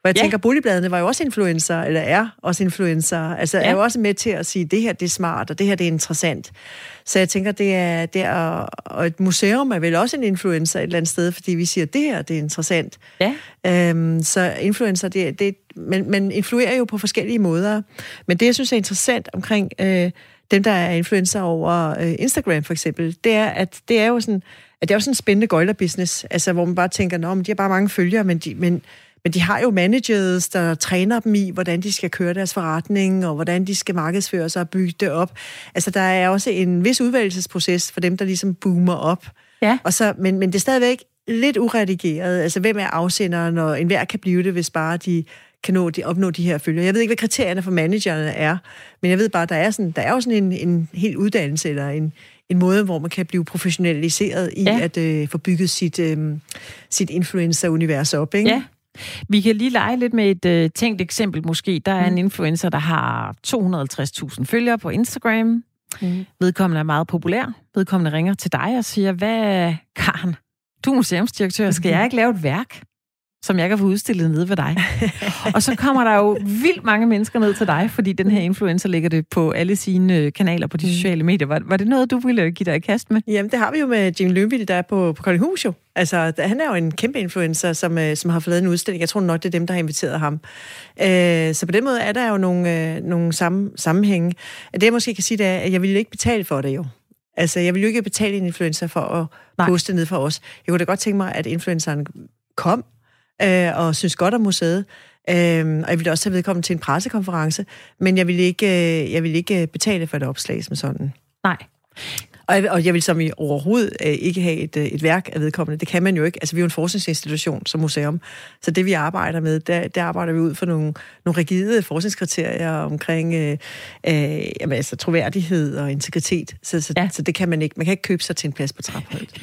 [SPEAKER 2] Hvor jeg
[SPEAKER 1] Ja.
[SPEAKER 2] tænker, boligbladene var jo også influencer, eller er også influencer. Altså
[SPEAKER 1] Ja.
[SPEAKER 2] er jo også med til at sige, det her det er smart, og det her det er interessant. Så jeg tænker, det er, det er, og et museum er vel også en influencer et eller andet sted, fordi vi siger, det her det er interessant.
[SPEAKER 1] Ja.
[SPEAKER 2] Øhm, så influencer, det, det, man, man influerer jo på forskellige måder. Men det, jeg synes er interessant omkring øh, dem, der er influencer over øh, Instagram for eksempel, det er, at det er jo sådan, at det er jo sådan en spændende gøjlerbusiness, altså hvor man bare tænker, nå, men de har bare mange følgere, men de, men, men de har jo managers, der træner dem i, hvordan de skal køre deres forretning, og hvordan de skal markedsføre sig og bygge det op. Altså, der er også en vis udvælgelsesproces for dem, der ligesom boomer op.
[SPEAKER 1] Ja.
[SPEAKER 2] Og så, men, men det er stadigvæk lidt uredigeret. Altså, hvem er afsenderen, og enhver kan blive det, hvis bare de kan nå, de, opnå de her følgere. Jeg ved ikke, hvad kriterierne for managerne er, men jeg ved bare, der er, sådan, der er jo sådan en, en hel uddannelse, eller en, en måde, hvor man kan blive professionaliseret i ja. at øh, få bygget sit, øh, sit influencer-univers op, ikke?
[SPEAKER 1] Ja. Vi kan lige lege lidt med et øh, tænkt eksempel måske. Der er mm. en influencer, der har to hundrede og halvtreds tusind følgere på Instagram. Mm. Vedkommende er meget populær. Vedkommende ringer til dig og siger, hvad, Karen, du er museumsdirektør, skal jeg ikke lave et værk, som jeg kan få udstillet nede ved dig? Og så kommer der jo vildt mange mennesker ned til dig, fordi den her influencer lægger det på alle sine kanaler på de sociale medier. Var, var det noget, du ville give dig i kast med?
[SPEAKER 2] Jamen, det har vi jo med Jim Lyngvild, der er på, på Koldinghus jo. Altså, han er jo en kæmpe influencer, som, som har fået lavet en udstilling. Jeg tror nok, det er dem, der har inviteret ham. Øh, så på den måde er der jo nogle, øh, nogle samme, sammenhænge. Det jeg måske kan sige, det er, at jeg ville ikke betale for det jo. Altså, jeg ville jo ikke betale en influencer for at Nej. poste ned for os. Jeg kunne da godt tænke mig, at influenceren kom øh, og synes godt om museet. Øh, og jeg ville også have vedkommet til en pressekonference, men jeg ville ikke, øh, jeg ville ikke betale for et opslag som sådan.
[SPEAKER 1] Nej.
[SPEAKER 2] Og jeg, og jeg vil som i overhovedet øh, ikke have et, øh, et værk af vedkommende. Det kan man jo ikke. Altså, vi er jo en forskningsinstitution som museum. Så det, vi arbejder med, der, der arbejder vi ud for nogle, nogle rigide forskningskriterier omkring øh, øh, jamen, altså, troværdighed og integritet. Så, så, ja. så det kan man ikke. Man kan ikke købe sig til en plads på traphøjde.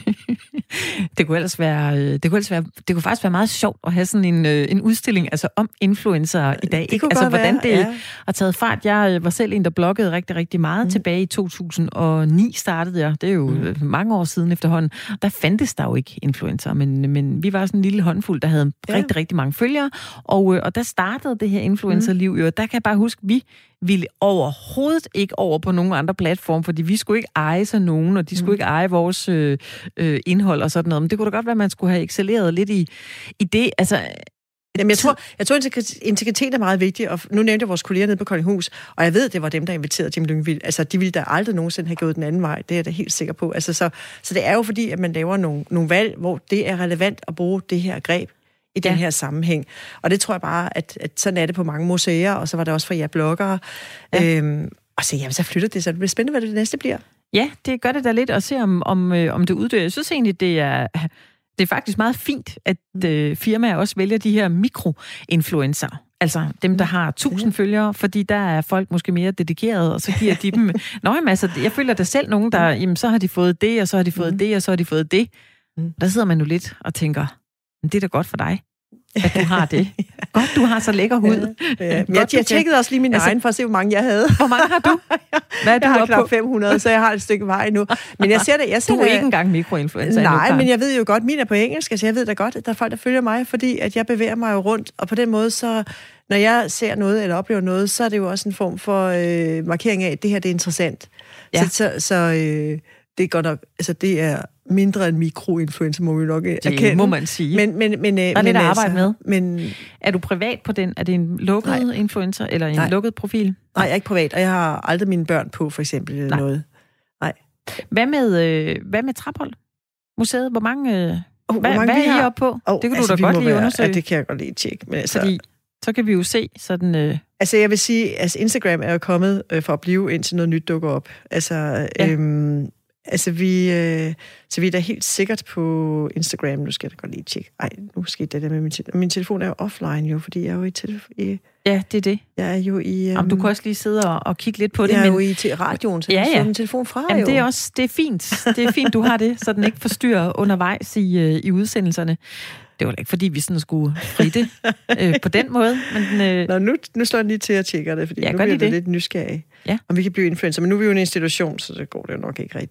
[SPEAKER 1] Det kunne ellers være, det kunne ellers være, det kunne faktisk være meget sjovt at have sådan en, en udstilling altså om influencer i dag.
[SPEAKER 2] Det kunne
[SPEAKER 1] altså,
[SPEAKER 2] godt
[SPEAKER 1] hvordan
[SPEAKER 2] være,
[SPEAKER 1] det
[SPEAKER 2] ja.
[SPEAKER 1] har taget fart. Jeg var selv en, der bloggede rigtig, rigtig meget. Mm. Tilbage i to tusind og ni startede jeg. Det er jo mm. mange år siden efterhånden. Der fandtes der jo ikke influencer, men, men vi var sådan en lille håndfuld, der havde ja. rigtig, rigtig mange følgere. Og, og der startede det her influencerliv. Mm. Der kan jeg bare huske, vi ville overhovedet ikke over på nogen andre platform, fordi vi skulle ikke eje sig nogen, og de skulle mm. ikke eje vores øh, øh, indhold og sådan noget. Men det kunne da godt være, at man skulle have excelleret lidt i, i det. Altså,
[SPEAKER 2] Jamen, jeg tror, jeg tror, integritet er meget vigtigt, og nu nævnte jeg vores kolleger nede på Koldinghus, og jeg ved, det var dem, der inviterede Jim Lyngvild. Altså, de ville da aldrig nogensinde have gået den anden vej. Det er jeg da helt sikker på. Altså, så, så det er jo fordi, at man laver nogle, nogle valg, hvor det er relevant at bruge det her greb i den ja. her sammenhæng. Og det tror jeg bare, at, at sådan er det på mange museer, og så var det også for jer bloggere. Ja. Øhm, og så, jamen, så flytter det, så det bliver spændende, hvad det næste bliver.
[SPEAKER 1] Ja, det gør det da lidt at se, om, om, øh, om det uddør. Jeg synes egentlig, det er... Det er faktisk meget fint, at øh, firmaer også vælger de her mikroinfluencer. Altså dem, der har tusind følgere, fordi der er folk måske mere dedikerede, og så giver de dem... Nå, jamen, altså, jeg føler da selv nogen, der... Jamen, så har de fået det, og så har de fået mm. det, og så har de fået det. Mm. Der sidder man jo lidt og tænker, det er da godt for dig, at du har det. Godt, du har så lækker hud.
[SPEAKER 2] Ja, ja. Men jeg, jeg tjekkede også lige min altså, egen for at se, hvor mange jeg havde.
[SPEAKER 1] Hvor mange har du? Hvad er du
[SPEAKER 2] jeg har
[SPEAKER 1] knap
[SPEAKER 2] knap fem hundrede, så jeg har et stykke vej nu. Men jeg ser det, jeg ser
[SPEAKER 1] du er
[SPEAKER 2] det,
[SPEAKER 1] ikke engang mikroinfluencer.
[SPEAKER 2] Nej, men jeg ved jo godt, min er på engelsk, altså jeg ved da godt, at der er folk, der følger mig, fordi at jeg bevæger mig jo rundt, og på den måde, så når jeg ser noget eller oplever noget, så er det jo også en form for øh, markering af, at det her det er interessant. Ja. Så, så, så øh, det er godt nok, altså det er mindre end mikroinfluencer, må vi nok erkende.
[SPEAKER 1] Det må man sige.
[SPEAKER 2] Men, men, men,
[SPEAKER 1] der er lidt at arbejde med.
[SPEAKER 2] Men,
[SPEAKER 1] er du privat på den? Er det en lukket nej. influencer, eller en
[SPEAKER 2] nej.
[SPEAKER 1] lukket profil?
[SPEAKER 2] Nej, jeg er ikke privat, og jeg har aldrig mine børn på, for eksempel, eller
[SPEAKER 1] nej.
[SPEAKER 2] noget. Nej.
[SPEAKER 1] Hvad med, øh, hvad med Trapholt? Museet, hvor mange, øh,
[SPEAKER 2] oh,
[SPEAKER 1] hvad,
[SPEAKER 2] hvor mange
[SPEAKER 1] hvad er I
[SPEAKER 2] har...
[SPEAKER 1] oppe på?
[SPEAKER 2] Oh,
[SPEAKER 1] det kan
[SPEAKER 2] altså,
[SPEAKER 1] du da godt lige
[SPEAKER 2] være,
[SPEAKER 1] undersøge.
[SPEAKER 2] Ja, det kan jeg godt lige tjekke. Men altså...
[SPEAKER 1] Fordi så kan vi jo se sådan... Øh...
[SPEAKER 2] Altså, jeg vil sige, altså Instagram er jo kommet øh, for at blive, indtil noget nyt dukker op. Altså, ja. øhm, altså vi, øh, så vi er da helt sikkert på Instagram. Nu skal jeg da godt lige tjekke. Ej, nu skal det der med min telefon. Min telefon er jo offline jo, fordi jeg er jo i telefon. I,
[SPEAKER 1] ja, det er det.
[SPEAKER 2] Jeg er jo i... Um,
[SPEAKER 1] Jamen, du kan også lige sidde og, og kigge lidt på det.
[SPEAKER 2] Jeg er
[SPEAKER 1] men...
[SPEAKER 2] jo i til radioen, så
[SPEAKER 1] ja,
[SPEAKER 2] jeg
[SPEAKER 1] ja.
[SPEAKER 2] får min telefon fra.
[SPEAKER 1] Jamen,
[SPEAKER 2] jo.
[SPEAKER 1] det er også det er fint. Det er fint, du har det, så den ikke forstyrrer undervejs i, i udsendelserne. Det var da ikke, fordi vi sådan skulle fritte øh, på den måde. Men, øh...
[SPEAKER 2] Nå, nu, nu slår jeg lige til at tjekke det, fordi ja, nu bliver det lidt nysgerrig.
[SPEAKER 1] Ja.
[SPEAKER 2] Om vi kan blive influencer. Men nu er vi jo en institution, så det går det jo nok ikke rigtigt.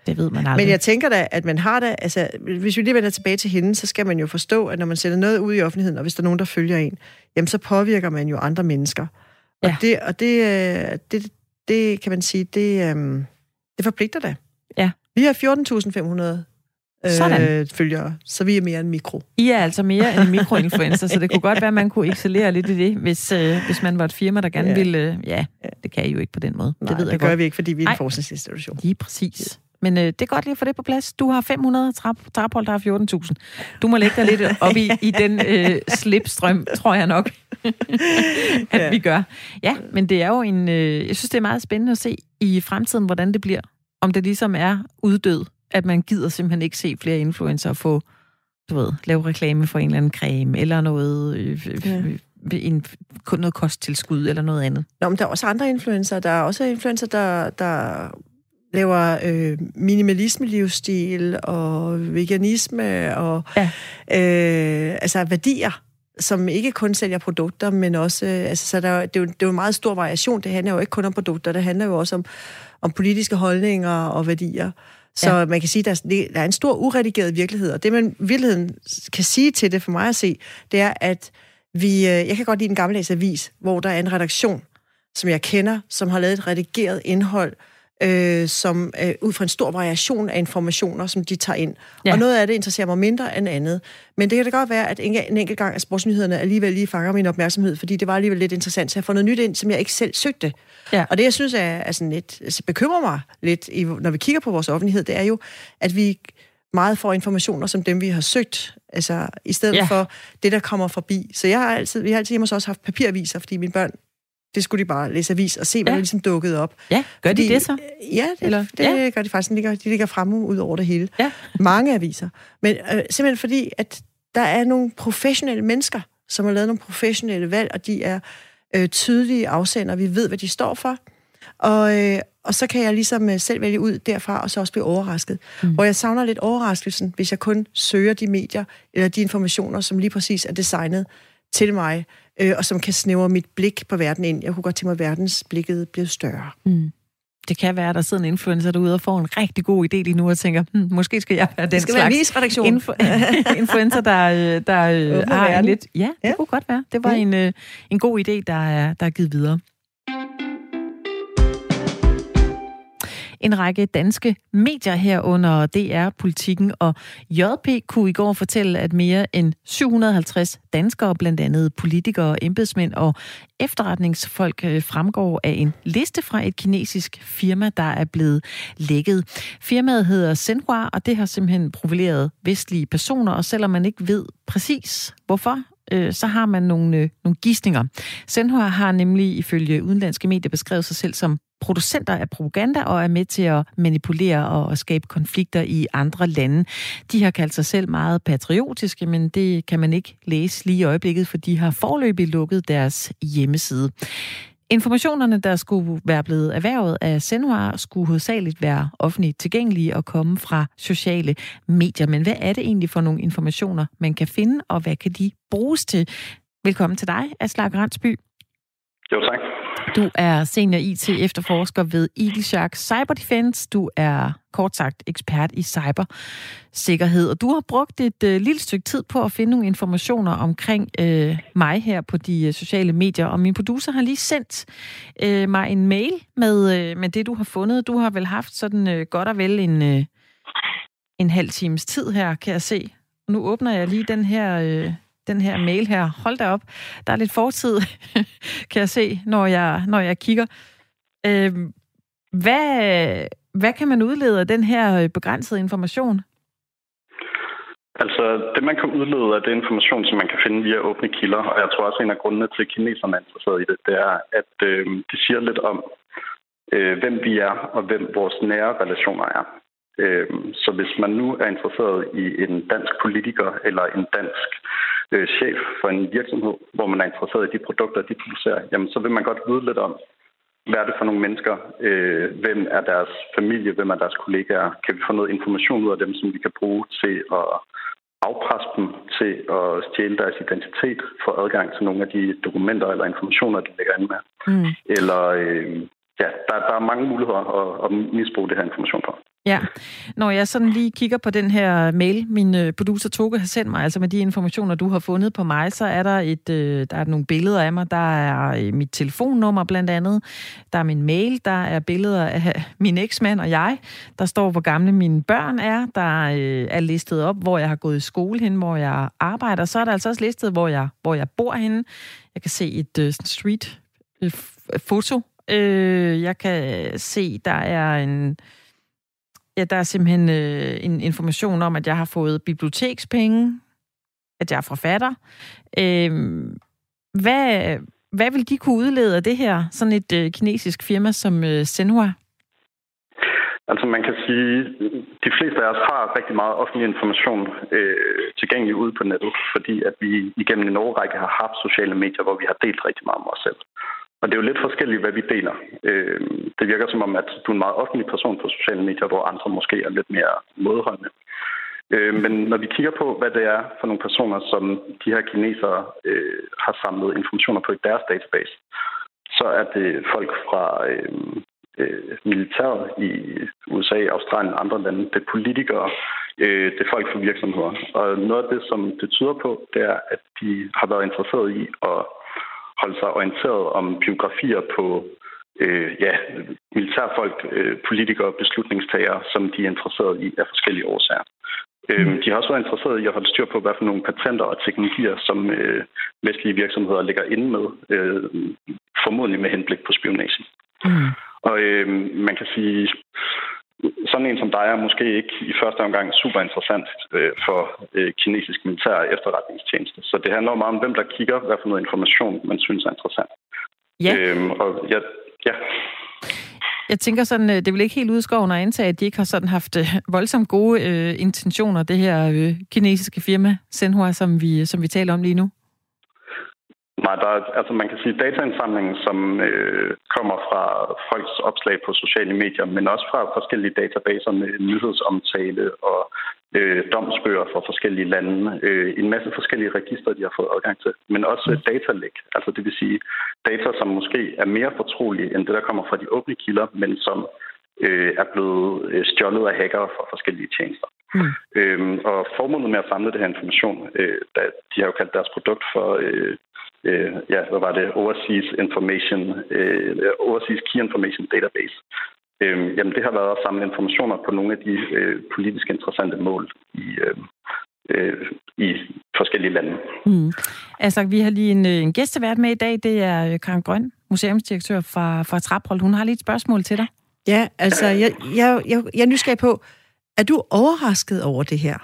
[SPEAKER 1] Det ved man aldrig.
[SPEAKER 2] Men jeg tænker da, at man har da, altså, hvis vi lige vender tilbage til hende, så skal man jo forstå, at når man sætter noget ud i offentligheden, og hvis der er nogen, der følger en, jamen så påvirker man jo andre mennesker. Og, ja. det, og det, det, det kan man sige, det, um, det forpligter da.
[SPEAKER 1] Ja.
[SPEAKER 2] Vi har fjorten tusind fem hundrede øh, følgere, så vi er mere end mikro.
[SPEAKER 1] I er altså mere end mikroinfluencer, så det kunne godt være, at man kunne excellere lidt i det, hvis, øh, hvis man var et firma, der gerne ja. ville... Øh, ja, det kan I jo ikke på den måde.
[SPEAKER 2] Nej,
[SPEAKER 1] det ved
[SPEAKER 2] det
[SPEAKER 1] jeg
[SPEAKER 2] gør
[SPEAKER 1] godt.
[SPEAKER 2] vi ikke, fordi vi er en forskningsinstitution.
[SPEAKER 1] Lige præcis. Men øh, det er godt lige at få det på plads. Du har fem hundrede, Trapholt der har fjorten tusind. Du må lægge dig lidt op i, i den øh, slipstrøm, tror jeg nok, at ja. vi gør. Ja, men det er jo en... Øh, jeg synes, det er meget spændende at se i fremtiden, hvordan det bliver. Om det ligesom er uddød, at man gider simpelthen ikke se flere influencer få, du ved, lave reklame for en eller anden creme, eller noget, øh, ja. en, noget kosttilskud, eller noget andet.
[SPEAKER 2] Nå, men der er også andre influencer. Der er også influencer, der... der laver øh, minimalisme-livsstil og veganisme og ja. øh, altså værdier, som ikke kun sælger produkter, men også... Øh, altså, så der, det, er jo, det er jo en meget stor variation. Det handler jo ikke kun om produkter, det handler jo også om, om politiske holdninger og værdier. Så ja. man kan sige, at der, der er en stor uredigeret virkelighed, og det man i virkeligheden kan sige til det for mig at se, det er, at vi... Øh, jeg kan godt lide en gammeldags avis, hvor der er en redaktion, som jeg kender, som har lavet et redigeret indhold, Øh, som øh, ud fra en stor variation af informationer, som de tager ind. Ja. Og noget af det interesserer mig mindre end andet. Men det kan da godt være, at en, en enkelt gang af sportsnyhederne alligevel lige fanger min opmærksomhed, fordi det var alligevel lidt interessant, så jeg har fået noget nyt ind, som jeg ikke selv søgte. Ja. Og det, jeg synes, er, er sådan lidt, altså, bekymrer mig lidt, i, når vi kigger på vores offentlighed, det er jo, at vi meget får informationer som dem, vi har søgt, altså i stedet ja. for det, der kommer forbi. Så jeg har altid, vi har altid hjemme også haft papiraviser, fordi mine børn, det skulle de bare læse avis og se, hvad ja. der ligesom dukkede op.
[SPEAKER 1] Ja, gør
[SPEAKER 2] Fordi,
[SPEAKER 1] de det så?
[SPEAKER 2] Ja, det,
[SPEAKER 1] Eller,
[SPEAKER 2] det ja. gør de faktisk. De ligger, de ligger fremme ud over det hele.
[SPEAKER 1] Ja.
[SPEAKER 2] Mange aviser. Men øh, simpelthen fordi, at der er nogle professionelle mennesker, som har lavet nogle professionelle valg, og de er øh, tydelige afsender. Vi ved, hvad de står for. Og, øh, og så kan jeg ligesom øh, selv vælge ud derfra, og så også blive overrasket. Mm. Og jeg savner lidt overraskelsen, hvis jeg kun søger de medier, eller de informationer, som lige præcis er designet til mig, øh, og som kan snævre mit blik på verden ind. Jeg kunne godt tænke mig, at verdensblikket bliver større.
[SPEAKER 1] Mm. Det kan være, at der sidder en influencer derude og får en rigtig god idé lige nu, og tænker, hm, måske skal jeg være den
[SPEAKER 2] skal
[SPEAKER 1] slags
[SPEAKER 2] være
[SPEAKER 1] influ- influencer, der, der har lidt... Ja, det ja. kunne godt være. Det var mm. en, en god idé, der er, der er givet videre. En række danske medier herunder D R, Politikken og J P kunne i går fortælle, at mere end syv hundrede og halvtreds danskere, blandt andet politikere, embedsmænd og efterretningsfolk, fremgår af en liste fra et kinesisk firma, der er blevet lækket. Firmaet hedder Senhua, og det har simpelthen profileret vestlige personer, og selvom man ikke ved præcis hvorfor, så har man nogle, nogle gidsninger. Senhua har nemlig ifølge udenlandske medier beskrevet sig selv som producenter af propaganda og er med til at manipulere og skabe konflikter i andre lande. De har kaldt sig selv meget patriotiske, men det kan man ikke læse lige i øjeblikket, for de har foreløbig lukket deres hjemmeside. Informationerne, der skulle være blevet erhvervet af Senhua, skulle hovedsageligt være offentligt tilgængelige og komme fra sociale medier. Men hvad er det egentlig for nogle informationer, man kan finde, og hvad kan de bruges til? Velkommen til dig, Aslak Rensby.
[SPEAKER 3] Jo, tak.
[SPEAKER 1] Du er senior I T-efterforsker ved Eagle Shark Cyber Defense. Du er kort sagt ekspert i cybersikkerhed, og du har brugt et øh, lille stykke tid på at finde nogle informationer omkring øh, mig her på de øh, sociale medier, og min producer har lige sendt øh, mig en mail med, øh, med det, du har fundet. Du har vel haft sådan øh, godt og vel en, øh, en halv times tid her, kan jeg se. Nu åbner jeg lige den her... Øh, den her mail her. Hold da op. Der er lidt fortid, kan jeg se, når jeg, når jeg kigger. Øh, hvad, hvad kan man udlede af den her begrænsede information?
[SPEAKER 3] Altså, det man kan udlede af det information, som man kan finde via åbne kilder, og jeg tror også, en af grundene til, at kineserne er interesseret i det, det er, at øh, de siger lidt om, øh, hvem vi er, og hvem vores nære relationer er. Øh, så hvis man nu er interesseret i en dansk politiker, eller en dansk øh, chef for en virksomhed, hvor man er interesseret i de produkter, de producerer, jamen så vil man godt vide lidt om, hvad er det for nogle mennesker, øh, hvem er deres familie, hvem er deres kollegaer, kan vi få noget information ud af dem, som vi kan bruge til at afpresse dem, til at stjæle deres identitet, få adgang til nogle af de dokumenter eller informationer, de lægger ind med. Mm. Eller øh, ja, der, der er mange muligheder at, at misbruge det her information på.
[SPEAKER 1] Ja, når jeg sådan lige kigger på den her mail, min producer Toge har sendt mig, altså med de informationer, du har fundet på mig, så er der et, der er nogle billeder af mig. Der er mit telefonnummer blandt andet. Der er min mail. Der er billeder af min eksmand og jeg. Der står, hvor gamle mine børn er. Der er listet op, hvor jeg har gået i skole hen, hvor jeg arbejder. Så er der altså også listet, hvor jeg, hvor jeg bor henne. Jeg kan se et street foto. Jeg kan se, der er en... Ja, der er simpelthen øh, en information om, at jeg har fået bibliotekspenge, at jeg er forfatter. Øh, hvad, hvad vil de kunne udlede af det her, sådan et øh, kinesisk firma som øh, Senhua?
[SPEAKER 3] Altså man kan sige, de fleste af os har rigtig meget offentlig information øh, tilgængelig ude på nettet, fordi at vi igennem en årrække har haft sociale medier, hvor vi har delt rigtig meget om os selv. Og det er jo lidt forskelligt, hvad vi deler. Øh, det virker som om, at du er en meget offentlig person på sociale medier, hvor andre måske er lidt mere modholdende. Øh, men når vi kigger på, hvad det er for nogle personer, som de her kinesere øh, har samlet informationer på i deres database, så er det folk fra øh, øh, militæret i U S A, Australien og andre lande. Det er politikere, øh, det er folk fra virksomheder. Og noget af det, som det tyder på, det er, at de har været interesseret i at holde sig orienteret om biografier på øh, ja, militærfolk, øh, politikere og beslutningstagere, som de er interesseret i af forskellige årsager. Øh, de har også været interesseret i at holde styr på, hvad for nogle patenter og teknologier, som øh, vestlige virksomheder ligger inde med, øh, formodentlig med henblik på spionage. Mm. Og øh, man kan sige, sådan en som dig er måske ikke i første omgang super interessant øh, for øh, kinesisk militær efterretningstjeneste. Så det handler meget om, hvem der kigger, hvad for noget information man synes er interessant.
[SPEAKER 1] Ja.
[SPEAKER 3] Øhm, og ja, ja.
[SPEAKER 1] Jeg tænker sådan, det er vel ikke helt udskoven at antage, at de ikke har sådan haft voldsomt gode øh, intentioner, det her øh, kinesiske firma, Senhua, som vi, som vi taler om lige nu?
[SPEAKER 3] Nej, der er, altså man kan sige dataindsamlingen, som øh, kommer fra folks opslag på sociale medier, men også fra forskellige databaser med nyhedsomtale og øh, domsbøger fra forskellige lande. Øh, en masse forskellige registre, de har fået adgang til, men også datalæk. Altså det vil sige data, som måske er mere fortrolige end det, der kommer fra de åbne kilder, men som øh, er blevet øh, stjålet af hackere fra forskellige tjenester. Mm. Øhm, og formålet med at samle det her information, øh, der, de har jo kaldt deres produkt for... Øh, Uh, ja, hvad var det? Overseas Information, uh, Overseas Key Information Database. Uh, jamen, det har været at samle informationer på nogle af de uh, politisk interessante mål i, uh, uh, i forskellige lande.
[SPEAKER 1] Mm. Altså, vi har lige en, en gæstevært med i dag. Det er Karen Grøn, museumsdirektør fra, fra Trapholt. Hun har lige et spørgsmål til dig.
[SPEAKER 2] Ja, altså, jeg, jeg, jeg, jeg er nysgerrig på, er du overrasket over det her?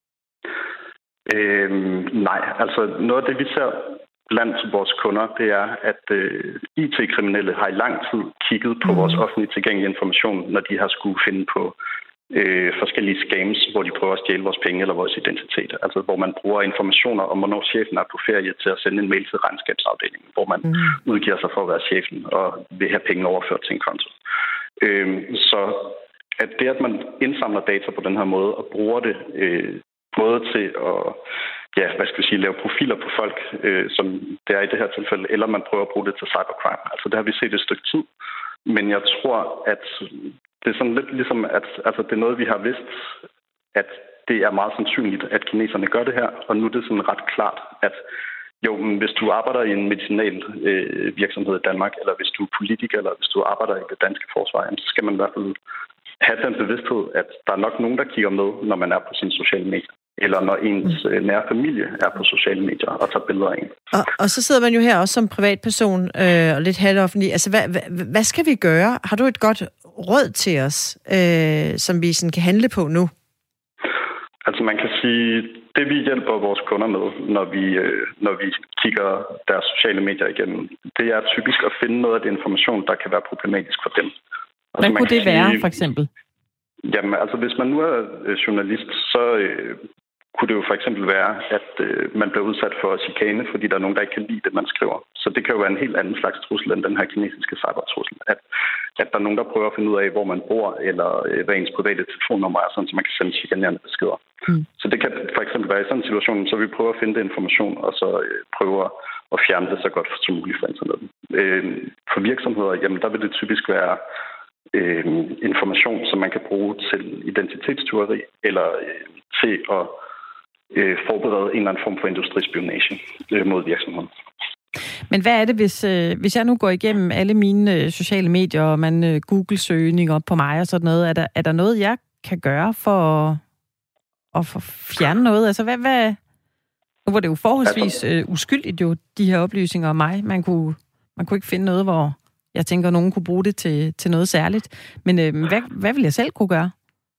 [SPEAKER 3] Uh, nej, altså noget af det, vi ser blandt vores kunder, det er, at øh, I T-kriminelle har i lang tid kigget på mm. vores offentligt tilgængelige information, når de har skulle finde på øh, forskellige scams, hvor de prøver at stjæle vores penge eller vores identitet. Altså hvor man bruger informationer om, hvornår chefen er på ferie til at sende en mail til regnskabsafdelingen, hvor man mm. udgiver sig for at være chefen og vil have penge overført til en konto. Øh, så at det, at man indsamler data på den her måde og bruger det øh, både til at ja, hvad skal vi sige, lave profiler på folk, øh, som det er i det her tilfælde, eller man prøver at bruge det til cybercrime. Altså det har vi set et stykke tid, men jeg tror, at det er sådan lidt ligesom, at altså, det er noget, vi har vidst, at det er meget sandsynligt, at kineserne gør det her, og nu er det sådan ret klart, at jo, men hvis du arbejder i en medicinal øh, virksomhed i Danmark, eller hvis du er politiker, eller hvis du arbejder i det danske forsvar, så skal man i hvert fald have den bevidsthed, at der er nok nogen, der kigger med, når man er på sine sociale medier. Eller når ens mm. nære familie er på sociale medier og tager billeder af en.
[SPEAKER 2] Og, og så sidder man jo her også som privatperson øh, og lidt halvoffentlig. Altså, hvad, hvad, hvad skal vi gøre? Har du et godt råd til os, øh, som vi sådan kan handle på nu?
[SPEAKER 3] Altså, man kan sige, det vi hjælper vores kunder med, når vi, øh, når vi kigger deres sociale medier igennem, det er typisk at finde noget af det information, der kan være problematisk for dem. Altså,
[SPEAKER 1] hvad kunne det sige, være, for eksempel?
[SPEAKER 3] Jamen, altså, hvis man nu er journalist, så... Øh, kunne det jo for eksempel være, at øh, man bliver udsat for chikane, fordi der er nogen, der ikke kan lide det, man skriver. Så det kan jo være en helt anden slags trussel end den her kinesiske cybertrussel. At, at der er nogen, der prøver at finde ud af, hvor man bor, eller øh, hvad ens private telefonnummer er, sådan, så man kan sende chikanerende beskeder. Mm. Så det kan for eksempel være i sådan en situation, så vi prøver at finde det information, og så øh, prøver at fjerne det så godt som muligt fra internettet. Øh, for virksomheder, jamen der vil det typisk være øh, information, som man kan bruge til identitetstyveri, eller øh, til at øh, forberede en eller anden form for industrispionage øh, mod virksomheden.
[SPEAKER 1] Men hvad er det, hvis, øh, hvis jeg nu går igennem alle mine øh, sociale medier, og man øh, Google-søgning op på mig og sådan noget, er der, er der noget, jeg kan gøre for at, at for fjerne noget? Altså, hvad, hvad, nu var det jo forholdsvis øh, uskyldigt jo, de her oplysninger om mig. Man kunne, man kunne ikke finde noget, hvor jeg tænker, at nogen kunne bruge det til, til noget særligt. Men øh, hvad, hvad vil jeg selv kunne gøre?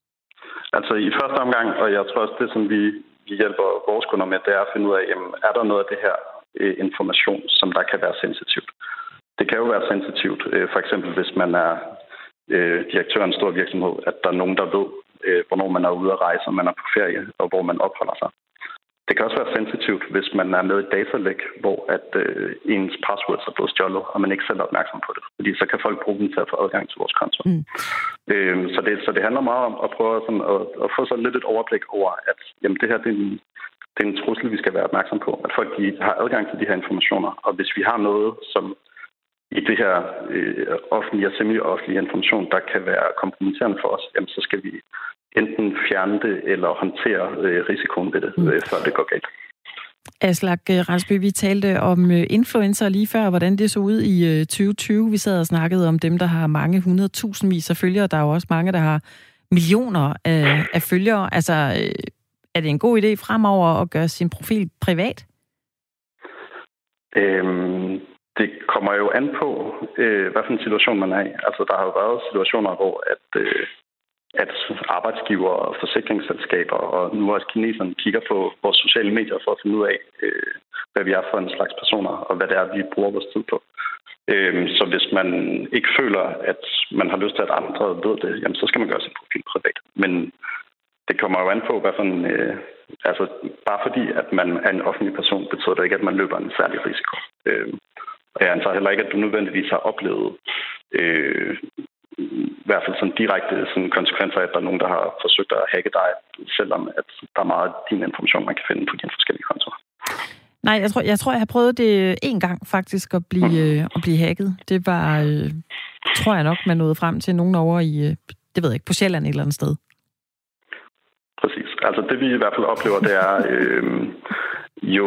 [SPEAKER 3] Altså i første omgang, og jeg tror også, det som vi, vi hjælper vores kunder med, det er at finde ud af, jamen, er der noget af det her øh, information, som der kan være sensitivt? Det kan jo være sensitivt, øh, for eksempel hvis man er øh, direktør af en stor virksomhed, at der er nogen, der ved, øh, hvornår man er ude at rejse, og man er på ferie, og hvor man opholder sig. Det kan også være sensitivt, hvis man er med i et datalæk, hvor at, øh, ens passwords er blevet stjålet, og man ikke selv er opmærksom på det. Fordi så kan folk bruge dem til at få adgang til vores konto. Mm. Øh, så, det, så det handler meget om at prøve sådan, at, at få så lidt et overblik over, at jamen, det her det er, en, det er en trussel, vi skal være opmærksom på. At folk de har adgang til de her informationer. Og hvis vi har noget, som i det her øh, offentlige og semi-offentlige information, der kan være kompromitterende for os, jamen, så skal vi enten fjerne det eller håndtere øh, risikoen ved det, mm. øh, før det går galt.
[SPEAKER 1] Aslak Rensby, vi talte om øh, influencer lige før, hvordan det så ud i øh, tyve tyve. Vi sad og snakkede om dem, der har mange hundredtusindvis af følgere. Der er jo også mange, der har millioner af, af følgere. Altså, øh, er det en god idé fremover at gøre sin profil privat?
[SPEAKER 3] Øhm, det kommer jo an på, øh, hvad for en situation man er i. Altså, der har jo været situationer, hvor at... Øh, at arbejdsgiver og forsikringsselskaber og nu også kineserne kigger på vores sociale medier for at finde ud af, øh, hvad vi er for en slags personer, og hvad det er, vi bruger vores tid på. Øh, så hvis man ikke føler, at man har lyst til, at andre ved det, jamen, så skal man gøre sin profil privat. Men det kommer jo an på, hvad for en... Øh, altså, bare fordi, at man er en offentlig person, betyder det ikke, at man løber en særlig risiko. Øh, og jeg antager heller ikke, at du nødvendigvis har oplevet... Øh, i hvert fald sådan direkte sådan konsekvenser af, at der er nogen, der har forsøgt at hacke dig, selvom at der er meget af din information, man kan finde på dine forskellige kontoer.
[SPEAKER 1] Nej, jeg tror, jeg tror, jeg har prøvet det en gang faktisk at blive, mm. øh, at blive hacket. Det var, øh, tror jeg nok, man nåede frem til nogen over i, øh, det ved jeg ikke, på Sjælland et eller andet sted.
[SPEAKER 3] Præcis. Altså det vi i hvert fald oplever, det er øh, jo...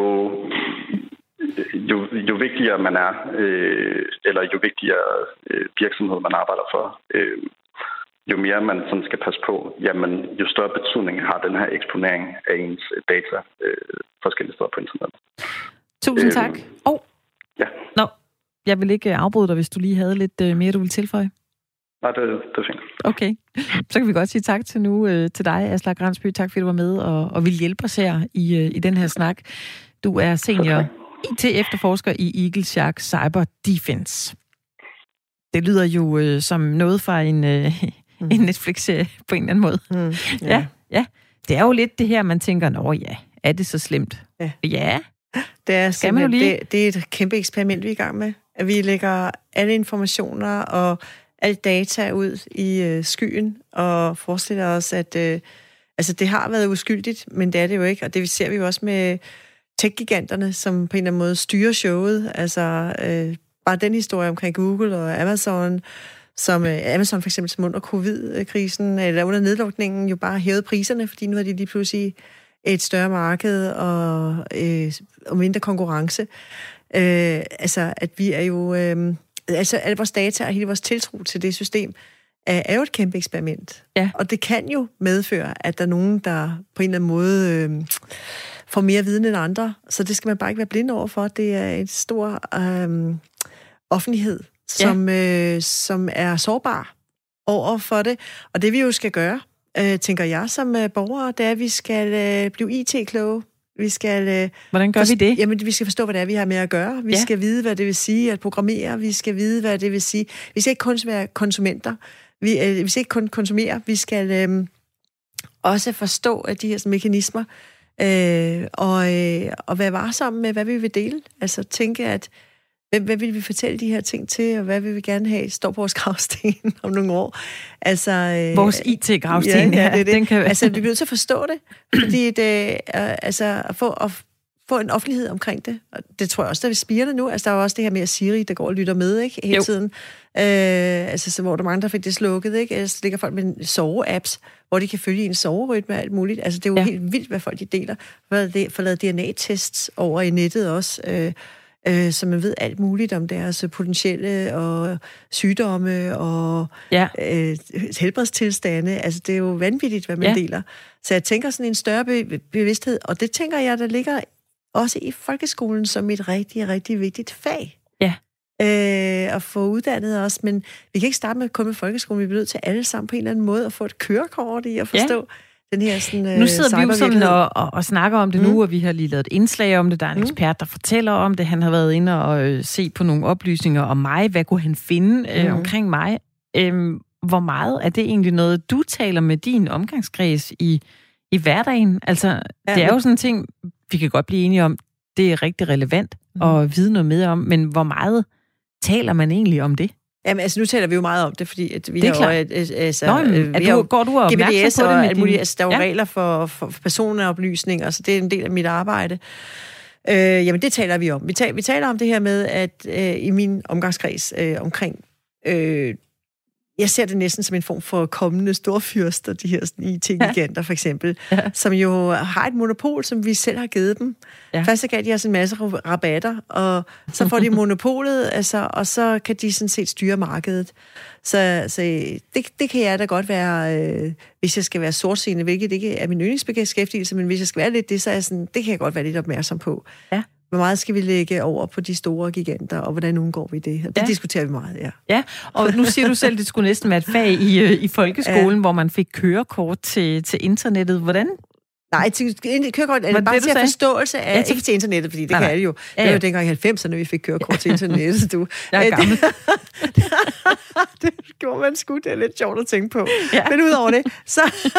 [SPEAKER 3] Jo, jo vigtigere man er, øh, eller jo vigtigere øh, virksomhed man arbejder for, øh, jo mere man sådan skal passe på, jamen jo større betydning har den her eksponering af ens data øh, forskellige steder på internettet.
[SPEAKER 1] Tusind tak. Åh, oh.
[SPEAKER 3] Ja.
[SPEAKER 1] Nå, jeg vil ikke afbryde dig, hvis du lige havde lidt mere, du ville tilføje.
[SPEAKER 3] Nej, det, det er fint.
[SPEAKER 1] Okay, så kan vi godt sige tak til nu øh, til dig, Aslak Rensby. Tak fordi du var med og, og ville hjælpe os her i, øh, i den her snak. Du er senior I T-efterforsker i Eagle Shark Cyber Defense. Det lyder jo øh, som noget fra en, øh, mm. en Netflix-serie på en eller anden måde. Mm, ja. ja, ja. Det er jo lidt det her, man tænker, nå ja, er det så slemt? Ja. Ja.
[SPEAKER 2] Det er, Skal man jo lige... det, det er et kæmpe eksperiment, vi er i gang med. At vi lægger alle informationer og alt data ud i øh, skyen og forestiller os, at øh, altså, det har været uskyldigt, men det er det jo ikke. Og det ser vi jo også med tech-giganterne, som på en eller anden måde styrer showet. Altså, øh, bare den historie omkring Google og Amazon, som øh, Amazon for eksempel som under covid-krisen, eller under nedlukningen, jo bare hævet priserne, fordi nu er de lige pludselig et større marked og, øh, og mindre konkurrence. Øh, altså, at vi er jo... Øh, altså, alle vores data og hele vores tiltro til det system er, er jo et kæmpe eksperiment. Ja. Og det kan jo medføre, at der er nogen, der på en eller anden måde... Øh, får mere viden end andre, så det skal man bare ikke være blind over for. Det er en stor øh, offentlighed, som, ja. øh, som er sårbar over for det. Og det vi jo skal gøre, øh, tænker jeg som øh, borgere, det er, at vi skal øh, blive I T-kloge. Vi skal, øh,
[SPEAKER 1] Hvordan gør
[SPEAKER 2] forst-
[SPEAKER 1] vi det?
[SPEAKER 2] Jamen, vi skal forstå, hvad det er, vi har med at gøre. Vi ja. skal vide, hvad det vil sige at programmere. Vi skal vide, hvad det vil sige. Vi skal ikke kun være konsumenter. Vi, øh, vi skal ikke kun konsumere. Vi skal øh, også forstå, at de her mekanismer Øh, og, øh, og være varsom med, hvad vi vil dele. Altså tænke, at hvem, hvad vil vi fortælle de her ting til, og hvad vil vi gerne have står på vores gravsten om nogle år. Altså, øh,
[SPEAKER 1] vores I T-gravsten,
[SPEAKER 2] ja, ja, det er det.
[SPEAKER 1] Den kan...
[SPEAKER 2] Altså, vi bliver nødt til at forstå det, fordi det, øh, altså, at få, at få en offentlighed omkring det. Og det tror jeg også, der er spirende nu. Altså, der er jo også det her med at Siri, der går og lytter med, ikke? Hele jo. tiden. Øh, altså, så hvor der er mange, der fik det slukket, ikke? Altså, ligger folk med sove-apps, hvor de kan følge en soverytme og alt muligt. Altså, det er jo ja. helt vildt, hvad folk de deler. For lavet D N A-tests over i nettet også, øh, øh, så man ved alt muligt om deres potentielle og sygdomme og ja. øh, helbredstilstande. Altså, det er jo vanvittigt, hvad man ja. deler. Så jeg tænker sådan en større be- bevidsthed, og det tænker jeg, der ligger også i folkeskolen som et rigtig, rigtig vigtigt fag.
[SPEAKER 1] Ja.
[SPEAKER 2] Øh, at få uddannet os, men vi kan ikke starte med kun med folkeskolen, vi bliver nødt til alle sammen på en eller anden måde at få et kørekort i at forstå ja. den her sådan øh,
[SPEAKER 1] nu sidder vi jo sådan og, og, og snakker om det mm. nu, og vi har lige lavet et indslag om det. Der er en mm. ekspert, der fortæller om det. Han har været inde og øh, se på nogle oplysninger om mig. Hvad kunne han finde øh, mm. omkring mig? Øh, hvor meget er det egentlig noget, du taler med din omgangskreds i, i hverdagen? Altså, ja, det er jo sådan en ting, vi kan godt blive enige om, det er rigtig relevant mm. at vide noget mere om, men hvor meget taler man egentlig om det?
[SPEAKER 2] Jamen, altså nu taler vi jo meget om det, fordi at vi
[SPEAKER 1] det er
[SPEAKER 2] har jo... Altså,
[SPEAKER 1] Nå, men, vi har, du, går du og
[SPEAKER 2] G P S
[SPEAKER 1] på det
[SPEAKER 2] og alt muligt.
[SPEAKER 1] Din...
[SPEAKER 2] Altså, der er jo ja. regler for, for personoplysninger, så det er en del af mit arbejde. Øh, jamen, det taler vi om. Vi taler, vi taler om det her med, at øh, i min omgangskreds øh, omkring... Øh, jeg ser det næsten som en form for kommende storfyrster, de her I T-giganter for eksempel, ja. som jo har et monopol, som vi selv har givet dem. Ja. Først så gav de os en masse rabatter, og så får de monopolet, altså, og så kan de sådan set styre markedet. Så, så det, det kan jeg da godt være, øh, hvis jeg skal være sortseende, hvilket ikke er min yndlingsbeskæftigelse, men hvis jeg skal være lidt det, så er jeg sådan, det kan jeg godt være lidt opmærksom på. Ja. Hvor meget skal vi lægge over på de store giganter, og hvordan undgår vi det? Og det ja. diskuterer vi meget, ja.
[SPEAKER 1] Ja, og nu siger du selv, at det skulle næsten være et fag i, i folkeskolen, ja. hvor man fik kørekort til, til internettet. Hvordan?
[SPEAKER 2] Nej, til kørekort er det bare det, til at forståelse af, ja, til... ikke til internettet, fordi det nej, kan alle jo. Ja, ja. Det var jo dengang i halvfemserne, vi fik kørekort til internettet, du.
[SPEAKER 1] Jeg er gammel.
[SPEAKER 2] Det gjorde man sgu, det er lidt sjovt at tænke på. Ja. Men udover det, så...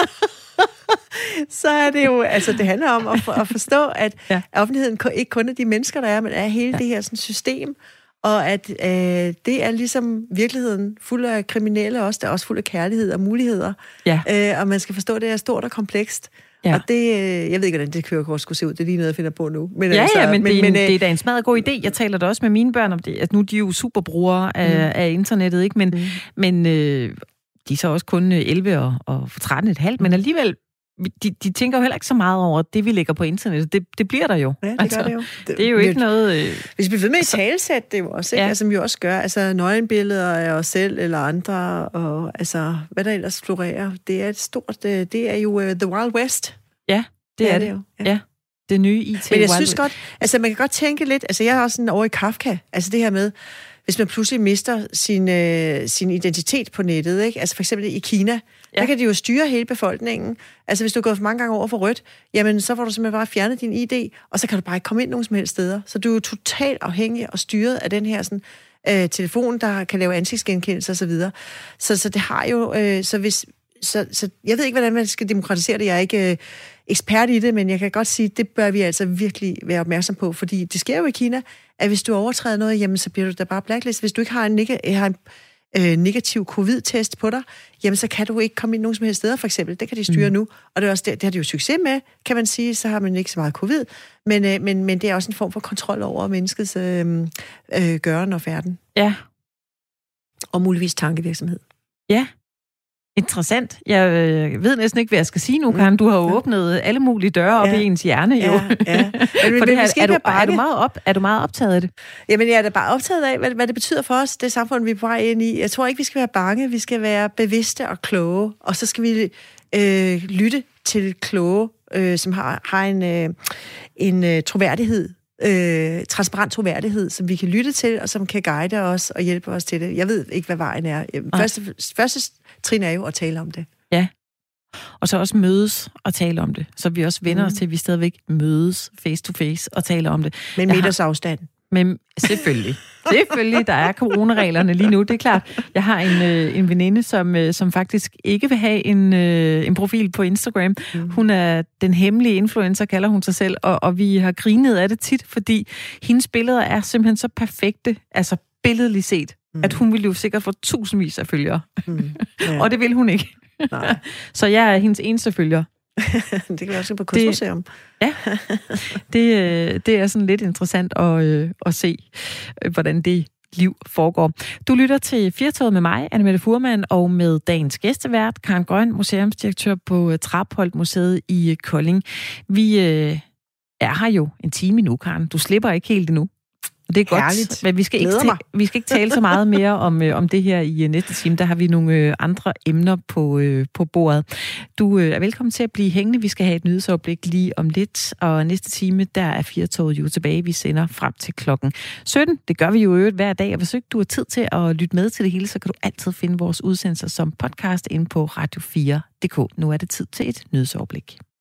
[SPEAKER 2] så er det jo, altså det handler om at, for, at forstå, at ja. offentligheden ikke kun er de mennesker, der er, men er hele ja. det her sådan, system, og at øh, det er ligesom virkeligheden fuld af kriminelle også, der er også fuld af kærlighed og muligheder, ja. øh, og man skal forstå, at det er stort og komplekst. Ja. Og det, øh, jeg ved ikke, hvordan det kørekort skulle se ud, det er lige noget, jeg finder på nu. Men
[SPEAKER 1] ja,
[SPEAKER 2] altså,
[SPEAKER 1] ja, men, men, det, er en,
[SPEAKER 2] men øh,
[SPEAKER 1] det er da en smadret god idé. Jeg taler da også med mine børn om det, at nu de er jo superbrugere af, mm. af internettet, ikke? Men, mm. men øh, de er så også kun elleve og, og tretten komma fem, men alligevel De, de tænker jo heller ikke så meget over det, vi lægger på internettet. Det, det bliver der jo.
[SPEAKER 2] Ja, det
[SPEAKER 1] altså,
[SPEAKER 2] gør det jo.
[SPEAKER 1] Det, det er jo ikke noget... Øh...
[SPEAKER 2] Hvis vi bliver ved med at talesætte det jo også, ikke? Ja. Altså, som vi også gør. Altså, nøgenbilleder af os selv eller andre, og altså, hvad der ellers florerer. Det er et stort... Det er jo uh, The Wild West.
[SPEAKER 1] Ja, det, det er, er det jo. Ja. ja. Det nye I T.
[SPEAKER 2] Men jeg synes godt... Altså, man kan godt tænke lidt... Altså, jeg er også sådan over i Kafka. Altså, det her med... Hvis man pludselig mister sin, øh, sin identitet på nettet, ikke? Altså for eksempel i Kina, ja. der kan de jo styre hele befolkningen. Altså hvis du er gået for mange gange over for rødt, jamen så får du simpelthen bare fjernet din I D, og så kan du bare ikke komme ind nogen som helst steder. Så du er jo totalt afhængig og styret af den her sådan, øh, telefon, der kan lave ansigtsgenkendelse og så videre. Så, så det har jo... Øh, så hvis... Så, så jeg ved ikke, hvordan man skal demokratisere det. Jeg er ikke øh, ekspert i det, men jeg kan godt sige, at det bør vi altså virkelig være opmærksom på, fordi det sker jo i Kina, at hvis du overtræder noget, jamen så bliver du da bare blacklistet. Hvis du ikke har en, neg- har en øh, negativ covid-test på dig, jamen så kan du ikke komme ind nogen som helst steder, for eksempel. Det kan de styre mm. nu, og det, er også det, det har de jo succes med, kan man sige. Så har man ikke så meget covid, men, øh, men, men det er også en form for kontrol over menneskets øh, øh, gøren og færden.
[SPEAKER 1] Ja.
[SPEAKER 2] Og muligvis tankevirksomhed.
[SPEAKER 1] Ja. Interessant. Jeg øh, ved næsten ikke, hvad jeg skal sige nu, Karen. Du har jo åbnet alle mulige døre op ja. i ens hjerne, jo. Ja, ja. Men, For det her, er, du, er, du meget op, er du meget optaget af det?
[SPEAKER 2] Jamen, jeg er da bare optaget af, hvad, hvad det betyder for os, det samfund, vi er på vej ind i. Jeg tror ikke, vi skal være bange. Vi skal være bevidste og kloge. Og så skal vi øh, lytte til kloge, øh, som har, har en, øh, en øh, troværdighed. Øh, transparent troværdighed, som vi kan lytte til, og som kan guide os og hjælpe os til det. Jeg ved ikke, hvad vejen er. Første, første trin er jo at tale om det.
[SPEAKER 1] Ja. Og så også mødes og tale om det. Så vi også vender mm. os til, at vi stadigvæk mødes face to face og taler om det.
[SPEAKER 2] Med meters afstand.
[SPEAKER 1] Men selvfølgelig. Selvfølgelig, der er coronareglerne lige nu, det er klart. Jeg har en, øh, en veninde, som, øh, som faktisk ikke vil have en, øh, en profil på Instagram. Mm. Hun er den hemmelige influencer, kalder hun sig selv, og, og vi har grinet af det tit, fordi hendes billeder er simpelthen så perfekte, altså billedligt set, mm. at hun ville jo sikkert få tusindvis af følgere. Mm. Ja. Og det vil hun ikke. Nej. Så jeg er hendes eneste følger.
[SPEAKER 2] Det kan vi også se på Kunstmuseum.
[SPEAKER 1] Ja, det, det er sådan lidt interessant at, at se, hvordan det liv foregår. Du lytter til Firtoget med mig, Anne-Mette Fuhrmann, og med dagens gæstevært, Karen Grøn, museumsdirektør på Trapholt Museet i Kolding. Vi øh, er her jo en time nu, Karen. Du slipper ikke helt endnu. Det er
[SPEAKER 2] Herligt.
[SPEAKER 1] Godt, men vi skal, ikke ta- vi skal ikke tale så meget mere om, øh, om det her i øh, næste time. Der har vi nogle øh, andre emner på, øh, på bordet. Du øh, er velkommen til at blive hængende. Vi skal have et nyhedsoverblik lige om lidt, og næste time, der er Firtoget jo tilbage. Vi sender frem til klokken sytten. Det gør vi jo øvrigt hver dag, og hvis ikke du har tid til at lytte med til det hele, så kan du altid finde vores udsendelser som podcast inde på radio fire punktum d k. Nu er det tid til et nyhedsoverblik.